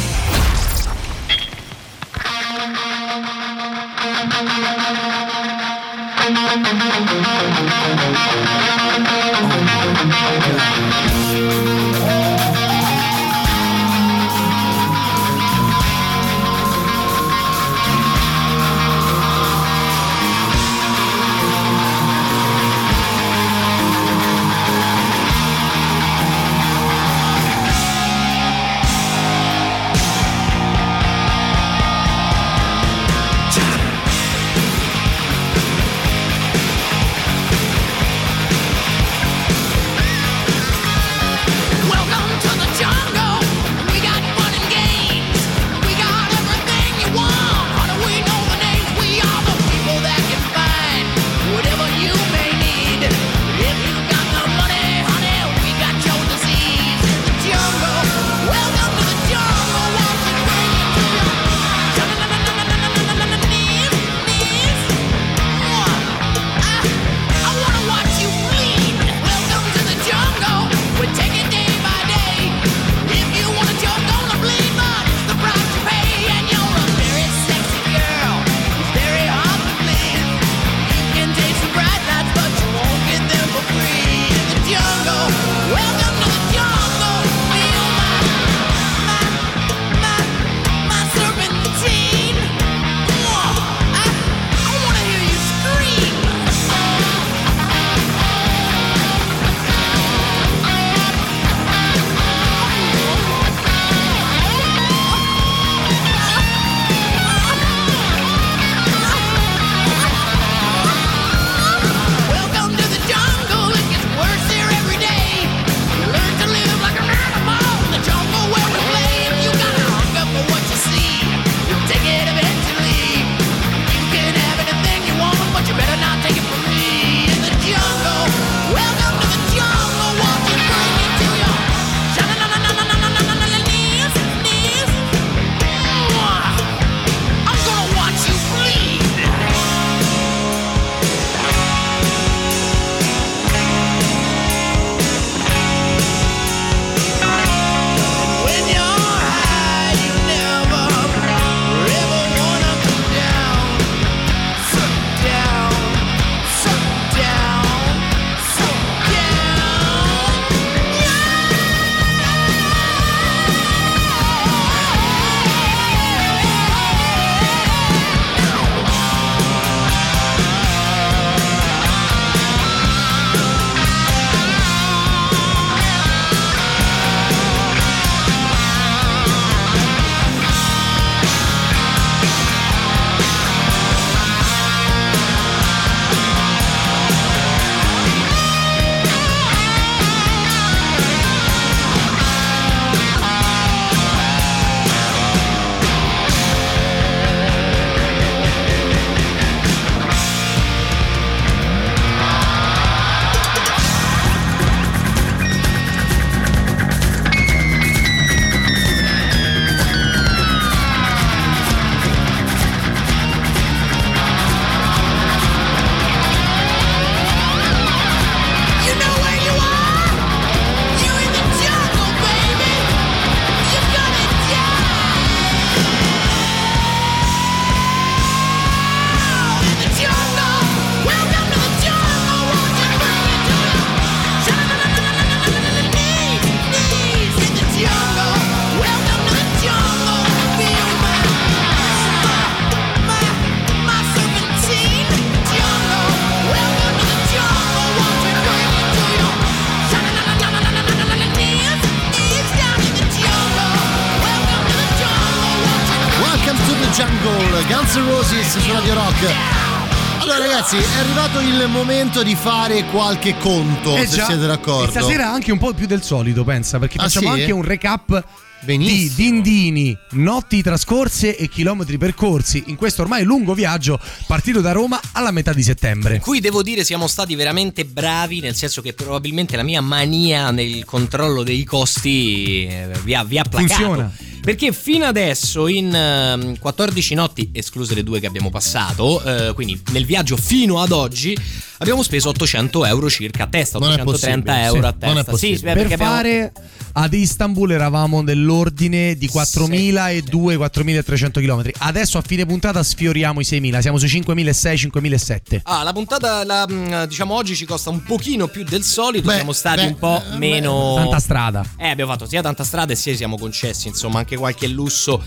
Guns N' Roses su Radio Rock. Allora ragazzi, è arrivato il momento di fare qualche conto, se siete d'accordo. E stasera anche un po' più del solito, pensa, perché facciamo anche un recap Benissimo. di dindini, notti trascorse e chilometri percorsi in questo ormai lungo viaggio partito da Roma alla metà di settembre. Qui devo dire siamo stati veramente bravi, nel senso che probabilmente la mia mania nel controllo dei costi vi ha placato. Funziona. Perché fino adesso in 14 notti, escluse le 2 che abbiamo passato, quindi nel viaggio fino ad oggi abbiamo speso 800 euro circa a testa, 830 euro a testa. Non è possibile. Per fare ad Istanbul eravamo nell'ordine di 4.200-4.300 km. Adesso a fine puntata sfioriamo i 6.000, siamo sui 5.600-5.700. La puntata diciamo oggi ci costa un pochino più del solito, siamo stati un po' meno... Tanta strada. Abbiamo fatto sia tanta strada e sia siamo concessi insomma anche qualche lusso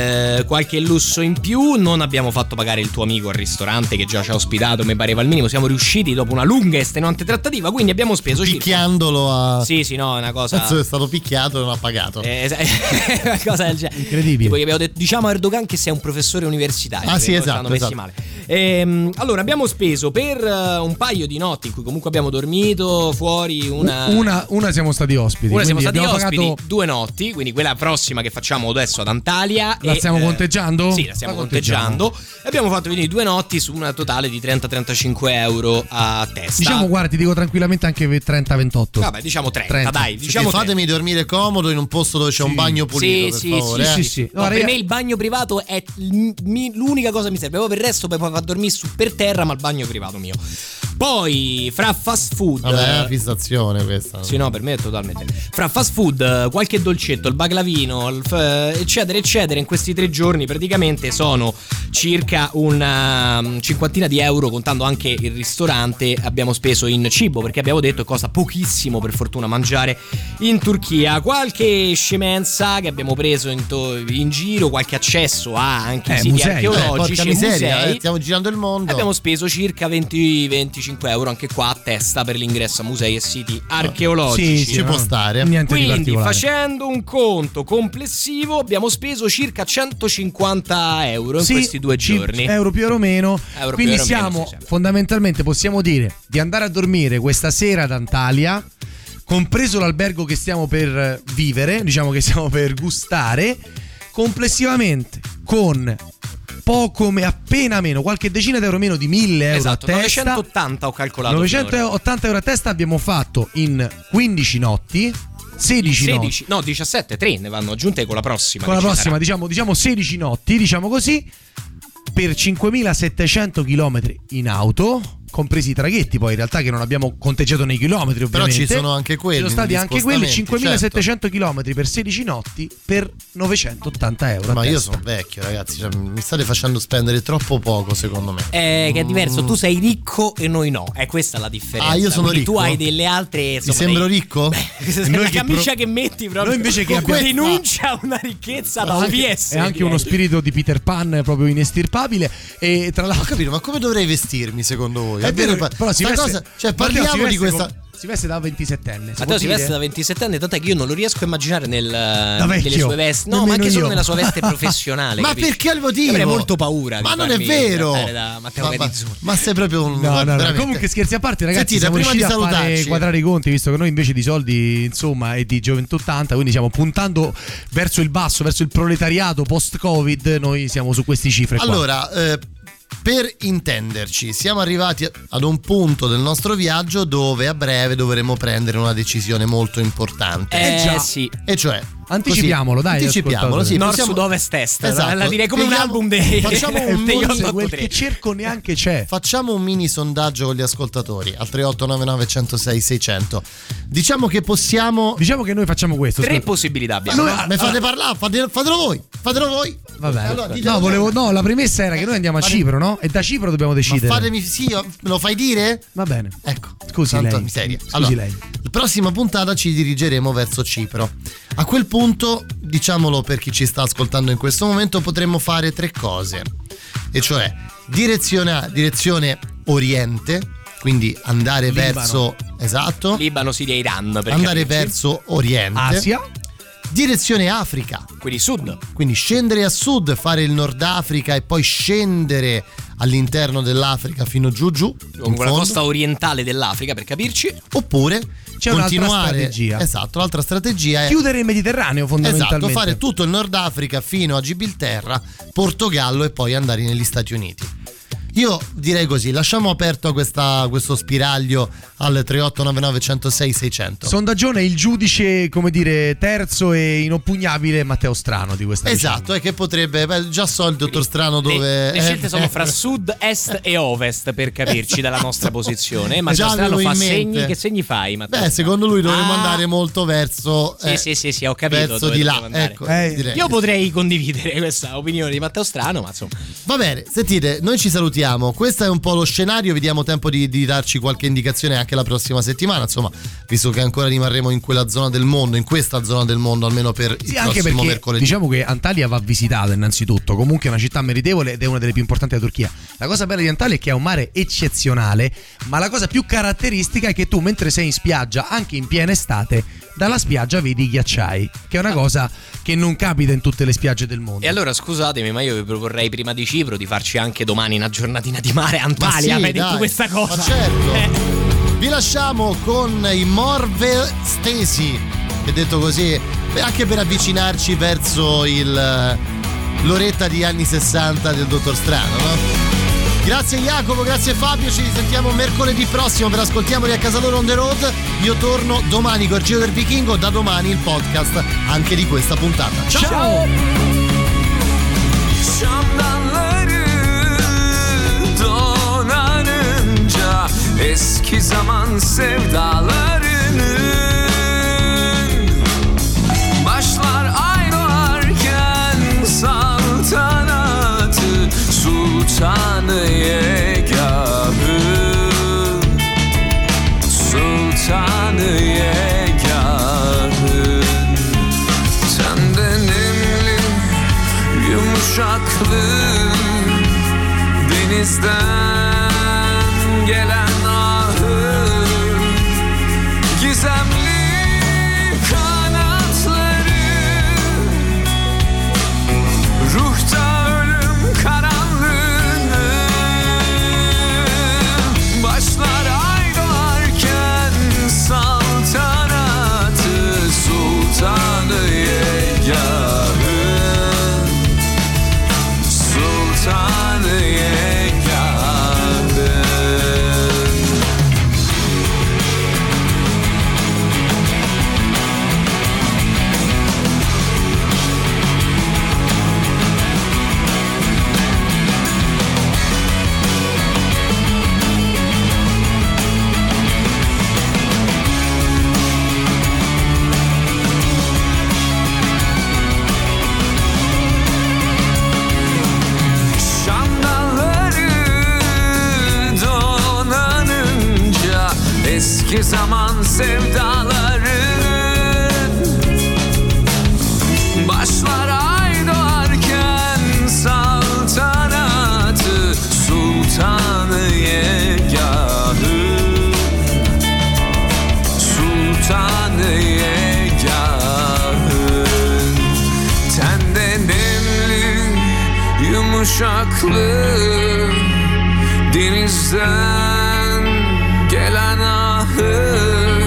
in più. Non abbiamo fatto pagare il tuo amico al ristorante che già ci ha ospitato, mi pareva il minimo. Siamo riusciti dopo una lunga e estenuante trattativa, quindi abbiamo speso picchiandolo a... Sì, no, è una cosa... È stato picchiato e non ha pagato. Una cosa del genere. Incredibile. Tipo, abbiamo detto, diciamo a Erdogan che sei un professore universitario. Sì, esatto. Male. Allora abbiamo speso per un paio di notti in cui comunque abbiamo dormito fuori una siamo stati ospiti. Una siamo stati ospiti pagato 2 notti, quindi quella prossima che facciamo adesso ad Antalya. La stiamo conteggiando? Sì, la stiamo conteggiando. E abbiamo fatto quindi 2 notti su una totale di 30-35 euro a testa. Diciamo, guarda, ti dico tranquillamente anche 30-28. Vabbè, diciamo 30, dai. Diciamo fatemi dormire comodo in un posto dove c'è un bagno pulito, per favore. Sì. No, per me il bagno privato è l'unica cosa che mi serve. Poi per il resto poi far dormire per terra, ma il bagno privato mio. Poi fra fast food, vabbè, è una fissazione questa. Sì, no, per me è totalmente. Fra fast food, qualche dolcetto, il baglavino, eccetera, in questi 3 giorni praticamente sono circa una cinquantina di euro, contando anche il ristorante. Abbiamo speso in cibo, perché abbiamo detto che costa pochissimo per fortuna mangiare in Turchia. Qualche scemenza che abbiamo preso in giro, qualche accesso a anche siti musei, archeologici, musei. Stiamo girando il mondo. Abbiamo speso circa 20-25 euro anche qua a testa per l'ingresso a musei e siti archeologici. Ci può stare. Niente di Quindi particolare. facendo un conto complessivo abbiamo speso circa 150 euro in questi 2 giorni. Euro più o meno. Quindi più o siamo meno, fondamentalmente, possiamo dire, di andare a dormire questa sera ad Antalya, compreso l'albergo che stiamo per vivere, diciamo che stiamo per gustare, complessivamente con appena meno, qualche decina d'euro meno di 1.000 euro esatto, a testa. 980 ho calcolato. 980 euro a testa abbiamo fatto in 15 notti. 16 notti. No, 17, 3 ne vanno aggiunte con la prossima. Con la prossima, diciamo 16 notti, diciamo così, per 5.700 km in auto, compresi i traghetti, poi in realtà che non abbiamo conteggiato nei chilometri, ovviamente. Però ci sono anche quelli. Ci sono stati anche quelli, 5.700 certo. km per 16 notti per 980 euro. Ma io sono vecchio, ragazzi, cioè, mi state facendo spendere troppo poco, secondo me. Che è diverso, tu sei ricco e noi no, è questa la differenza. Io sono quindi ricco. Tu hai delle altre, insomma, mi sembro ricco? La camicia che metti proprio. Noi invece che rinuncia a una ricchezza da OVS. È anche uno spirito di Peter Pan proprio inestirpabile. E tra l'altro, ho capito, ma come dovrei vestirmi secondo voi? È vero, però si veste, cosa, cioè parliamo di questa. Si veste da 27enne. Matteo si veste da 27enne, tant'è che io non lo riesco a immaginare nelle sue vesti. No, ma anche solo nella sua veste professionale. Ma perché al motivo? Avrei molto paura. Ma non è vero. Ma sei proprio un. No. Comunque, scherzi a parte, ragazzi, Sentite, siamo riusciti a salutarci, quadrare i conti, visto che noi invece di soldi, insomma, e di gioventù 80, quindi stiamo puntando verso il basso, verso il proletariato post-Covid. Noi siamo su queste cifre qua. Allora, per intenderci, siamo arrivati ad un punto del nostro viaggio dove a breve dovremo prendere una decisione molto importante. Già. Sì. E cioè, anticipiamolo, dai. Anticipiamolo, sì. Nord, sud, ovest, est. Esatto. La direi come un album dei. Facciamo quel che cerco neanche c'è. Facciamo un mini sondaggio con gli ascoltatori al 3899 106 600. Diciamo che possiamo. Diciamo che noi facciamo questo. 3 possibilità abbiamo. Mi fate parlare, fatelo voi. Vabbè. Allora, no, la premessa era che noi andiamo a Cipro, no? E da Cipro dobbiamo decidere. Ma fatemi, sì, me lo fai dire? Va bene. Ecco. Scusi lei. Miseria. Scusi lei. La prossima puntata ci dirigeremo verso Cipro. A quel punto, diciamolo per chi ci sta ascoltando in questo momento, potremmo fare 3 cose. E cioè direzione oriente, quindi andare Libano. verso Libano, Siria, Iran. Andare verso oriente. Asia. Direzione Africa. Quindi sud. Quindi scendere a sud, fare il Nord Africa e poi scendere all'interno dell'Africa fino giù con la costa orientale dell'Africa, per capirci. Oppure c'è continuare, un'altra strategia. Esatto, l'altra strategia è chiudere il Mediterraneo, fondamentalmente. Esatto, fare tutto il Nord Africa fino a Gibilterra, Portogallo e poi andare negli Stati Uniti. Io direi così, lasciamo aperto questo spiraglio al 3899 106 600. Sondaggione, il giudice, come dire, terzo e inoppugnabile Matteo Strano di questa Esatto, vicenda. è che potrebbe, già so il dottor Strano dove... Le scelte sono fra sud, est e ovest, per capirci dalla nostra posizione. Ma già Strano fa in segni, che segni fai, Matteo? Beh, secondo lui dovremmo andare molto verso... Sì, ho capito. Verso di là, ecco. Io potrei condividere questa opinione di Matteo Strano, ma insomma... Va bene, sentite, noi ci salutiamo. Questo è un po' lo scenario, vediamo tempo di darci qualche indicazione anche la prossima settimana, insomma, visto che ancora rimarremo in quella zona del mondo, in questa zona del mondo, almeno per il anche prossimo perché mercoledì. Diciamo che Antalya va visitata innanzitutto, comunque è una città meritevole ed è una delle più importanti della Turchia. La cosa bella di Antalya è che ha un mare eccezionale, ma la cosa più caratteristica è che tu, mentre sei in spiaggia, anche in piena estate, dalla spiaggia vedi i ghiacciai, che è una cosa che non capita in tutte le spiagge del mondo. E allora scusatemi, ma io vi proporrei prima di Cipro di farci anche domani una giornatina di mare a Antalya. Sì, mi hai detto questa cosa? Ma certo. Vi lasciamo con i Morve Stesi, che detto così, anche per avvicinarci verso l'oretta di anni 60 del dottor Strano, no? Grazie Jacopo, grazie Fabio, ci risentiamo mercoledì prossimo per Ascoltiamoli a casa loro on the road. Io torno domani con il Giro del Vichingo, da domani il podcast anche di questa puntata. Ciao! Şamdanları donanınca eski zaman sevdalarının başlar ay doğarken saltanatı sultanı yegahın sultanı yegahın senden nemli yumuşaklı denizden gelen ahır gizemli kanatları ruhta ölüm karanlığının başlar ay doğarken saltanatı sultanı yegahın sultanı yegahın. Şamdanları donanınca eski zaman sevdaların başlar ay doğarken saltanatı sultanı yegahın sultanı yegahın tende nemli yumuşaklı denizden gelen ahır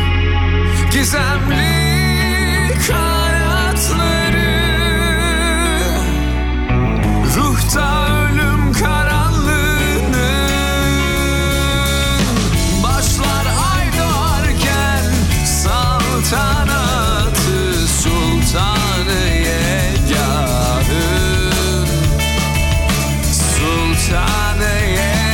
gizemli kanatları ruhta ölüm karanlığının başlar ay doğarken saltanatı sultanı yegahın sultanı yegahın.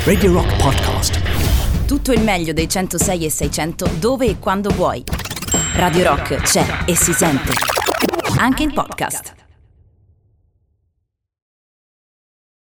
Radio Rock Podcast. Tutto il meglio dei 106 e 600 dove e quando vuoi. Radio Rock c'è e si sente. Anche in podcast.